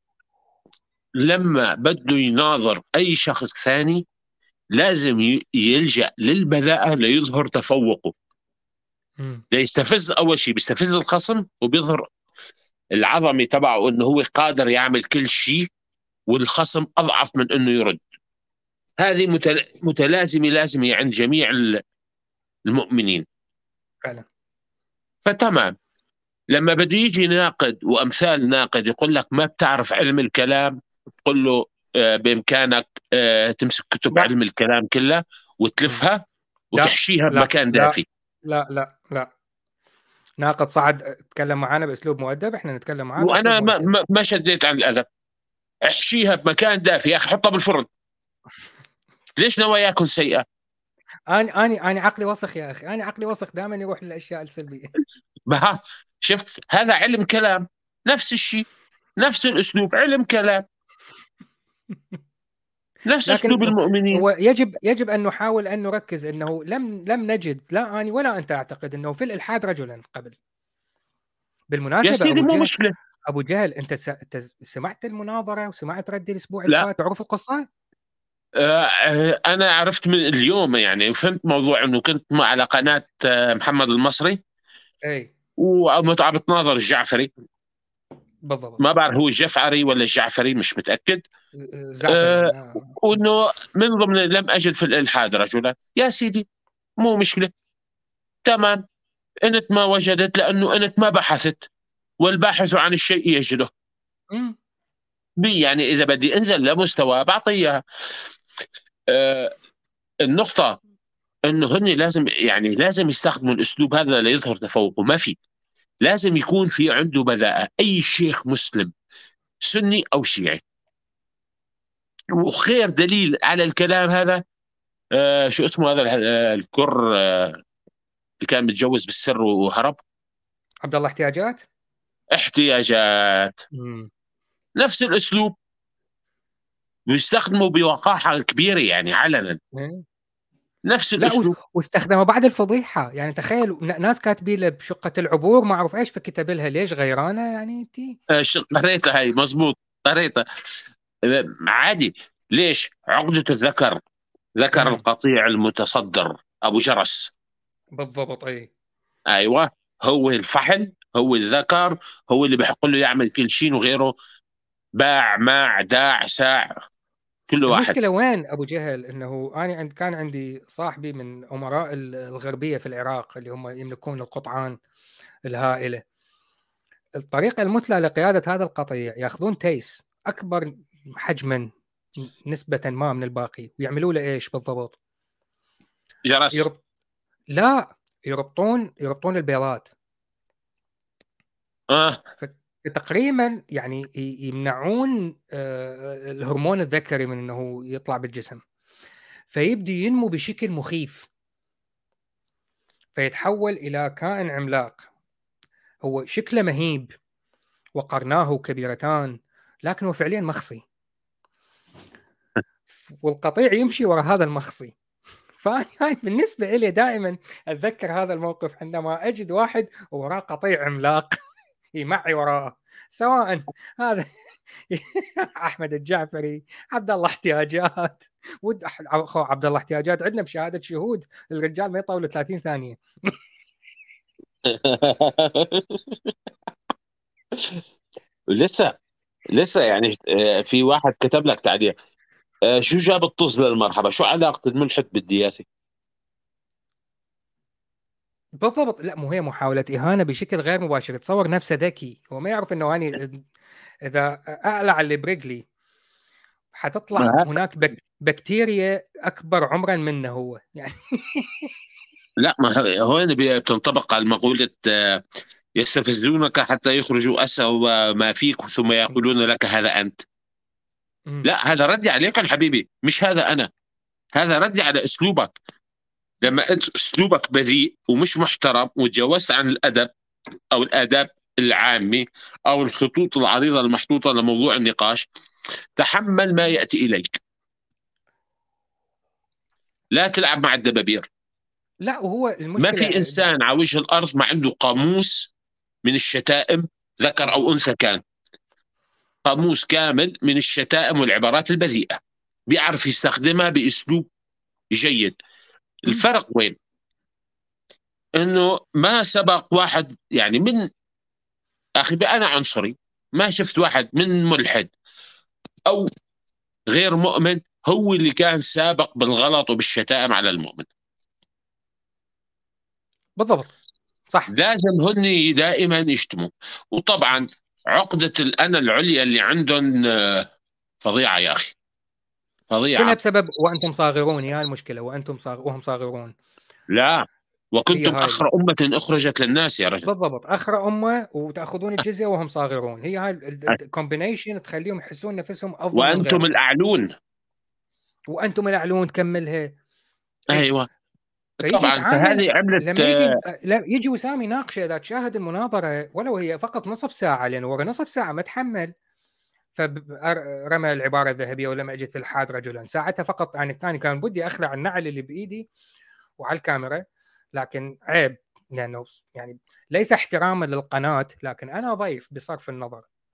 S4: لما بده يناظر أي شخص ثاني لازم يلجأ للبذاءة ليظهر تفوقه، ليستفز أول شيء بيستفز الخصم وبيظهر العظمة تبعه إنه هو قادر يعمل كل شيء والخصم أضعف من إنه يرد. هذه متلازمة لازمة عند جميع المؤمنين
S1: فعلا.
S4: فتمام. لما بده يجي ناقد وأمثال ناقد يقول لك ما بتعرف علم الكلام، تقول له بإمكانك تمسك كتب لا. علم الكلام كلها وتلفها وتحشيها
S1: لا.
S4: بمكان
S1: لا.
S4: دافي.
S1: لا لا لا ناقد صعد تكلم معنا بأسلوب مؤدب، احنا نتكلم معاه
S4: وأنا ما, ما شديت عن الأدب. احشيها بمكان دافي يا أخي، حطها بالفرن. ليش نواياكم سيئة؟
S1: أنا أنا أنا عقلي وسخ يا أخي، أنا عقلي وسخ دائما يروح للأشياء السلبية.
S4: ما شفت هذا علم كلام، نفس الشيء نفس الأسلوب علم كلام نفس أسلوب المؤمنين.
S1: هو يجب يجب أن نحاول أن نركز أنه لم لم نجد لا أنا ولا أنت أعتقد أنه في الإلحاد رجلا قبل. بالمناسبة
S4: يا سيدي مو مشكلة.
S1: أبو جهل أنت سمعت المناظرة وسمعت ردي الأسبوع اللي فات، تعرف القصة؟
S4: أنا عرفت من اليوم يعني، فهمت موضوع أنه كنت على قناة محمد المصري
S1: اي
S4: ومتعب بتناظر الجعفري،
S1: بالضبط.
S4: ما بعرف هو الجفعري ولا الجعفري مش متأكد.
S1: زعفري
S4: أه
S1: آه.
S4: وأنه من ضمن لم أجد في الإلحاد رجلا. يا سيدي مو مشكلة، تمام، أنت ما وجدت لأنه أنت ما بحثت، والباحث عن الشيء يجده. بي يعني إذا بدي أنزل لمستوى بعطيها. أه النقطة انه هن لازم يعني لازم يستخدموا الاسلوب هذا ليظهر تفوقه. ما في، لازم يكون في عنده بذاءة. اي شيخ مسلم سني او شيعي، وخير دليل على الكلام هذا آه شو اسمه هذا آه الكر آه اللي كان متجوز بالسر وهرب،
S1: عبد الله احتياجات.
S4: احتياجات.
S1: مم.
S4: نفس الاسلوب ويستخدمه بوقاحة كبيرة يعني علنا،
S1: إيه.
S4: نفس
S1: لا و-
S4: الاسلوب.
S1: واستخدمه بعد الفضيحه، يعني تخيل ن- ناس كاتبين له بشقه العبور ما اعرف ايش، فكتب لها ليش غيرانه يعني انت.
S4: آه ش- قريتها هاي مزبوط، قريتها. آه عادي. ليش عقدة الذكر، ذكر
S1: مم.
S4: القطيع المتصدر ابو جرس.
S1: بالضبط. اي
S4: ايوه، هو الفحل، هو الذكر، هو اللي بيحق له يعمل كل شيء، وغيره باع ماع داع ساع كل واحد.
S1: المشكله وين ابو جهل؟ انه انا عند كان عندي صاحبي من امراء ال- الغربيه في العراق اللي هم يملكون القطعان الهائله. الطريقه المثلى لقياده هذا القطيع ياخذون تيس اكبر حجما نسبه ما من الباقي، ويعملوا له ايش بالضبط؟
S4: جرس.
S1: يرب... لا يربطون يربطون البيضات.
S4: اه
S1: فتقريبا يعني يمنعون آه، الهرمون الذكري من انه يطلع بالجسم، فيبدي ينمو بشكل مخيف، فيتحول الى كائن عملاق. هو شكله مهيب وقرناه كبيرتان، لكنه فعليا مخصي، والقطيع يمشي وراء هذا المخصي. فهاي بالنسبة لي دائما أتذكر هذا الموقف عندما أجد واحد وراه قطيع عملاق يمعي وراءه، سواء هذا احمد الجعفري، عبد الله احتياجات. ود اخو عبد الله احتياجات عندنا بشهاده شهود الرجال ما يطول ثلاثين ثانيه.
S4: لسه لسه يعني آه، في واحد كتب لك تعليق آه، شو جاب الطز للمرحبا؟ شو علاقة الملحد بالدياسة؟
S1: بالضبط. لا مو هي محاوله اهانه بشكل غير مباشر، تصور نفسه ذكي، هو ما يعرف انه اني اذا اقلع اللي برجلي حتطلع
S4: ما
S1: هناك بك بكتيريا اكبر عمرا منه هو يعني.
S4: لا، ما ه- هون بتنطبق على مقولة آه، يستفزونك حتى يخرجوا أسوأ ما فيك ثم يقولون لك هذا أنت. لا، هذا ردي عليك الحبيبي، مش هذا أنا. هذا ردي على أسلوبك. لما أنت أسلوبك بذيء ومش محترم وتجاوزت عن الأدب أو الآداب العامة أو الخطوط العريضة المحطوطة لموضوع النقاش، تحمل ما يأتي إليك. لا تلعب مع الدبابير.
S1: لا وهو
S4: ما في
S1: المشكله
S4: إنسان على وجه الأرض ما عنده قاموس من الشتائم، ذكر أو أنثى كان، قاموس كامل من الشتائم والعبارات البذيئة، بيعرف يستخدمها بأسلوب جيد. الفرق وين؟ انه ما سبق واحد يعني من اخي انا عنصري، ما شفت واحد من ملحد او غير مؤمن هو اللي كان سابق بالغلط وبالشتائم على المؤمن.
S1: بالضبط صح.
S4: لازم هن دائما يشتموا. وطبعا عقدة الأنا العليا اللي عندهم آه، فظيعة يا أخي،
S1: كلها
S4: فظيعة.
S1: بسبب وانتم صاغرون، يا المشكله وانتم صاغ وهم صاغرون.
S4: لا،
S1: هي
S4: وكنتم
S1: هاي
S4: أخر أمة أخرجت للناس يا رجل.
S1: بالضبط، اخر امه وتاخذون الجزيه وهم صاغرون، هي هاي الكومبينيشن تخليهم يحسون نفسهم افضل من
S4: وأنتم
S1: غيرهم.
S4: الأعلون.
S1: وانتم الاعلون تكملها. اي
S4: أيوة.
S1: فيجي
S4: طبعا
S1: يتعامل
S4: فهذه عملت
S1: لما يجي
S4: آه،
S1: لا يجي وسام يناقشه، اذا تشاهد المناظره ولو هي فقط نصف ساعه، لان ورا نصف ساعه ما تحمل، فرمى العباره الذهبيه ولم اجد في الحاد رجلا. ساعتها فقط يعني كان كان بدي اخلع النعل اللي بايدي وعلى الكاميرا، لكن عيب، لانه يعني ليس احتراما للقناه، لكن انا ضيف بصرف النظر.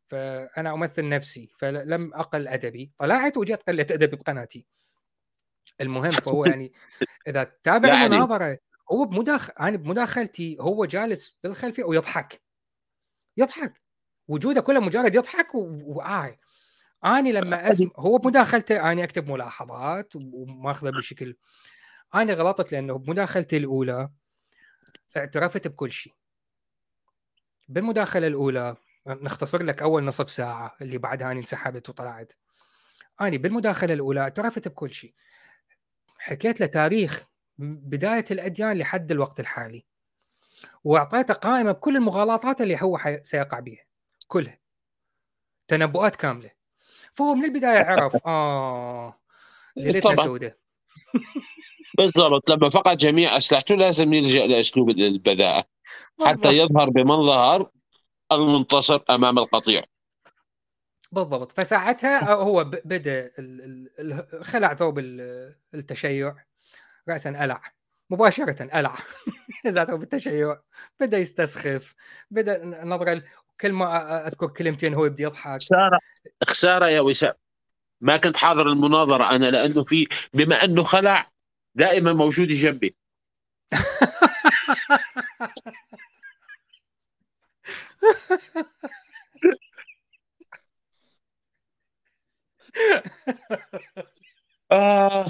S1: فانا امثل نفسي، فلم اقل ادبي، طلعت وجيت قلت ادبي بقناتي. المهم فهو يعني اذا تتابع المناظره هو بمداخل انا بمداخلتي هو جالس بالخلفيه ويضحك يضحك وجوده كله مجرد يضحك وآه اني لما اسمع هو بمداخلته اني اكتب ملاحظات وماخذه بشكل. انا غلطت لانه بمداخلتي الاولى اعترفت بكل شيء. بالمداخله الاولى نختصر لك اول نصف ساعه اللي بعدها اني انسحبت وطلعت. اني بالمداخله الاولى اعترفت بكل شيء، حكيت له تاريخ بدايه الاديان لحد الوقت الحالي، واعطيته قائمه بكل المغالطات اللي هو سيقع بها كلها، تنبؤات كامله. فهو من البدايه عرف اه ليلتنا سوداء.
S4: بالضبط، لما فقد جميع اسلحته لازم يلجا لاسلوب البذاءه حتى يظهر بمنظر المنتصر امام القطيع.
S1: بالضبط. فساعتها هو بدا خلع ثوب التشيع راسا الع مباشره الع ذاته بالتشيع، بدا يستسخف، بدا نظره كل ما اذكر كلمتين هو يبدا يضحك.
S4: خساره خساره يا وسام، ما كنت حاضر المناظره انا، لانه في بما انه خلع دائما موجود جنبي. آه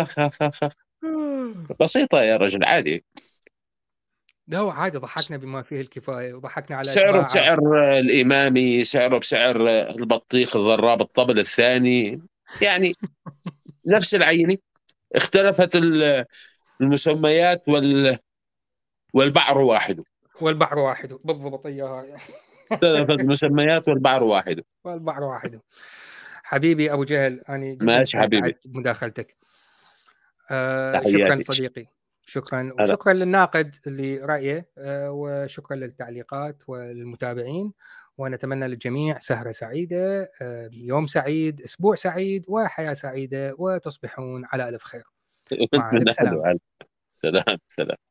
S4: بسيطة يا رجل، عادي.
S1: لا هو عادي، ضحكنا بما فيه الكفاية وضحكنا على
S4: سعره بسعر الإمامي، سعره بسعر البطيخ الضراب الطبل الثاني، يعني نفس العينة، اختلفت المسميات وال والبعر واحد.
S1: والبحر واحد بالضبط. اياها
S4: اختلفت المسميات والبعر واحد.
S1: والبحر واحد. حبيبي ابو جهل، انا جدا
S4: استمتعت
S1: بمداخلتك. آه شكرا صديقي، شكرا. وشكرا للناقد اللي رأيه، آه وشكرا للتعليقات والمتابعين، ونتمنى للجميع سهرة سعيدة، آه يوم سعيد، أسبوع سعيد، وحياة سعيدة، وتصبحون على ألف خير. مع ألف سلام.
S4: سلام سلام.